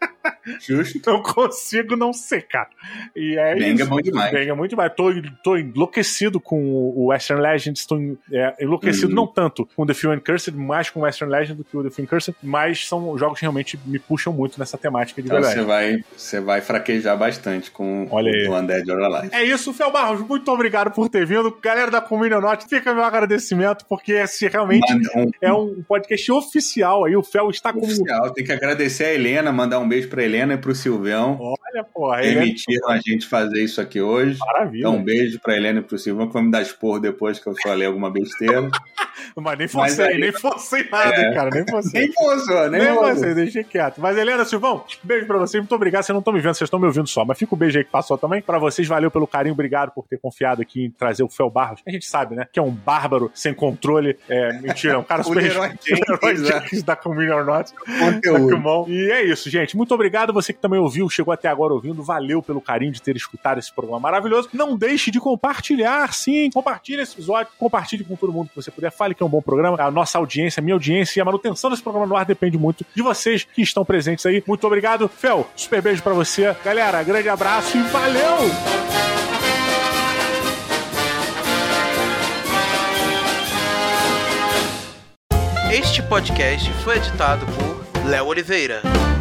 Justo. Não consigo não ser, cara. E é Bang isso. é bom demais. Bang é muito demais. Tô, tô enlouquecido com o Western Legends. Tô é, enlouquecido, uhum. não tanto com The Few and Cursed, mais com o Western Legend do que o The Few and Cursed, mas são jogos que realmente me puxam muito nessa temática de então verdade. Você vai, você vai fraquejar bastante com Olha aí. o Undead or Alive. É isso, Fel Barros. Muito obrigado por ter vindo. Galera da Communion Note, fica meu agradecimento, porque esse realmente um... é um podcast oficial aí. O Fel está com... Oficial. Tem que agradecer a Helena, mandar um beijo pra Helena e pro Silvião. Olha, porra. Permitiram a gente fazer isso aqui hoje. Maravilha. Então, um beijo pra Helena e pro Silvião, que vai me dar esporro depois que eu falei alguma besteira. Mas nem forcei, aí... nem forcei nada, é. cara. Nem forcei. Nem forçou, nem, nem forcei, deixei quieto. Mas, Helena, Silvão, beijo pra vocês. Muito obrigado. Vocês não estão me vendo, vocês estão me ouvindo só. Mas fica o beijo aí que passou também. Pra vocês, valeu pelo carinho. Obrigado por ter confiado aqui em trazer o Fel Barros. A gente sabe, né? Que é um bárbaro sem controle. É, mentira, é um cara super herói da Communion Note. E é isso, gente. Muito obrigado. Você que também ouviu, chegou até agora ouvindo. Valeu pelo carinho de ter escutado esse programa maravilhoso. Não deixe de compartilhar, sim. Compartilhe esse episódio. Compartilhe com todo mundo que você puder. Fale que é um bom programa. A nossa audiência, a minha audiência e a manutenção desse programa no ar depende muito de vocês que estão presentes aí. Muito obrigado. Fel, super beijo pra você. Galera, grande abraço e valeu! Este podcast foi editado por Léo Oliveira.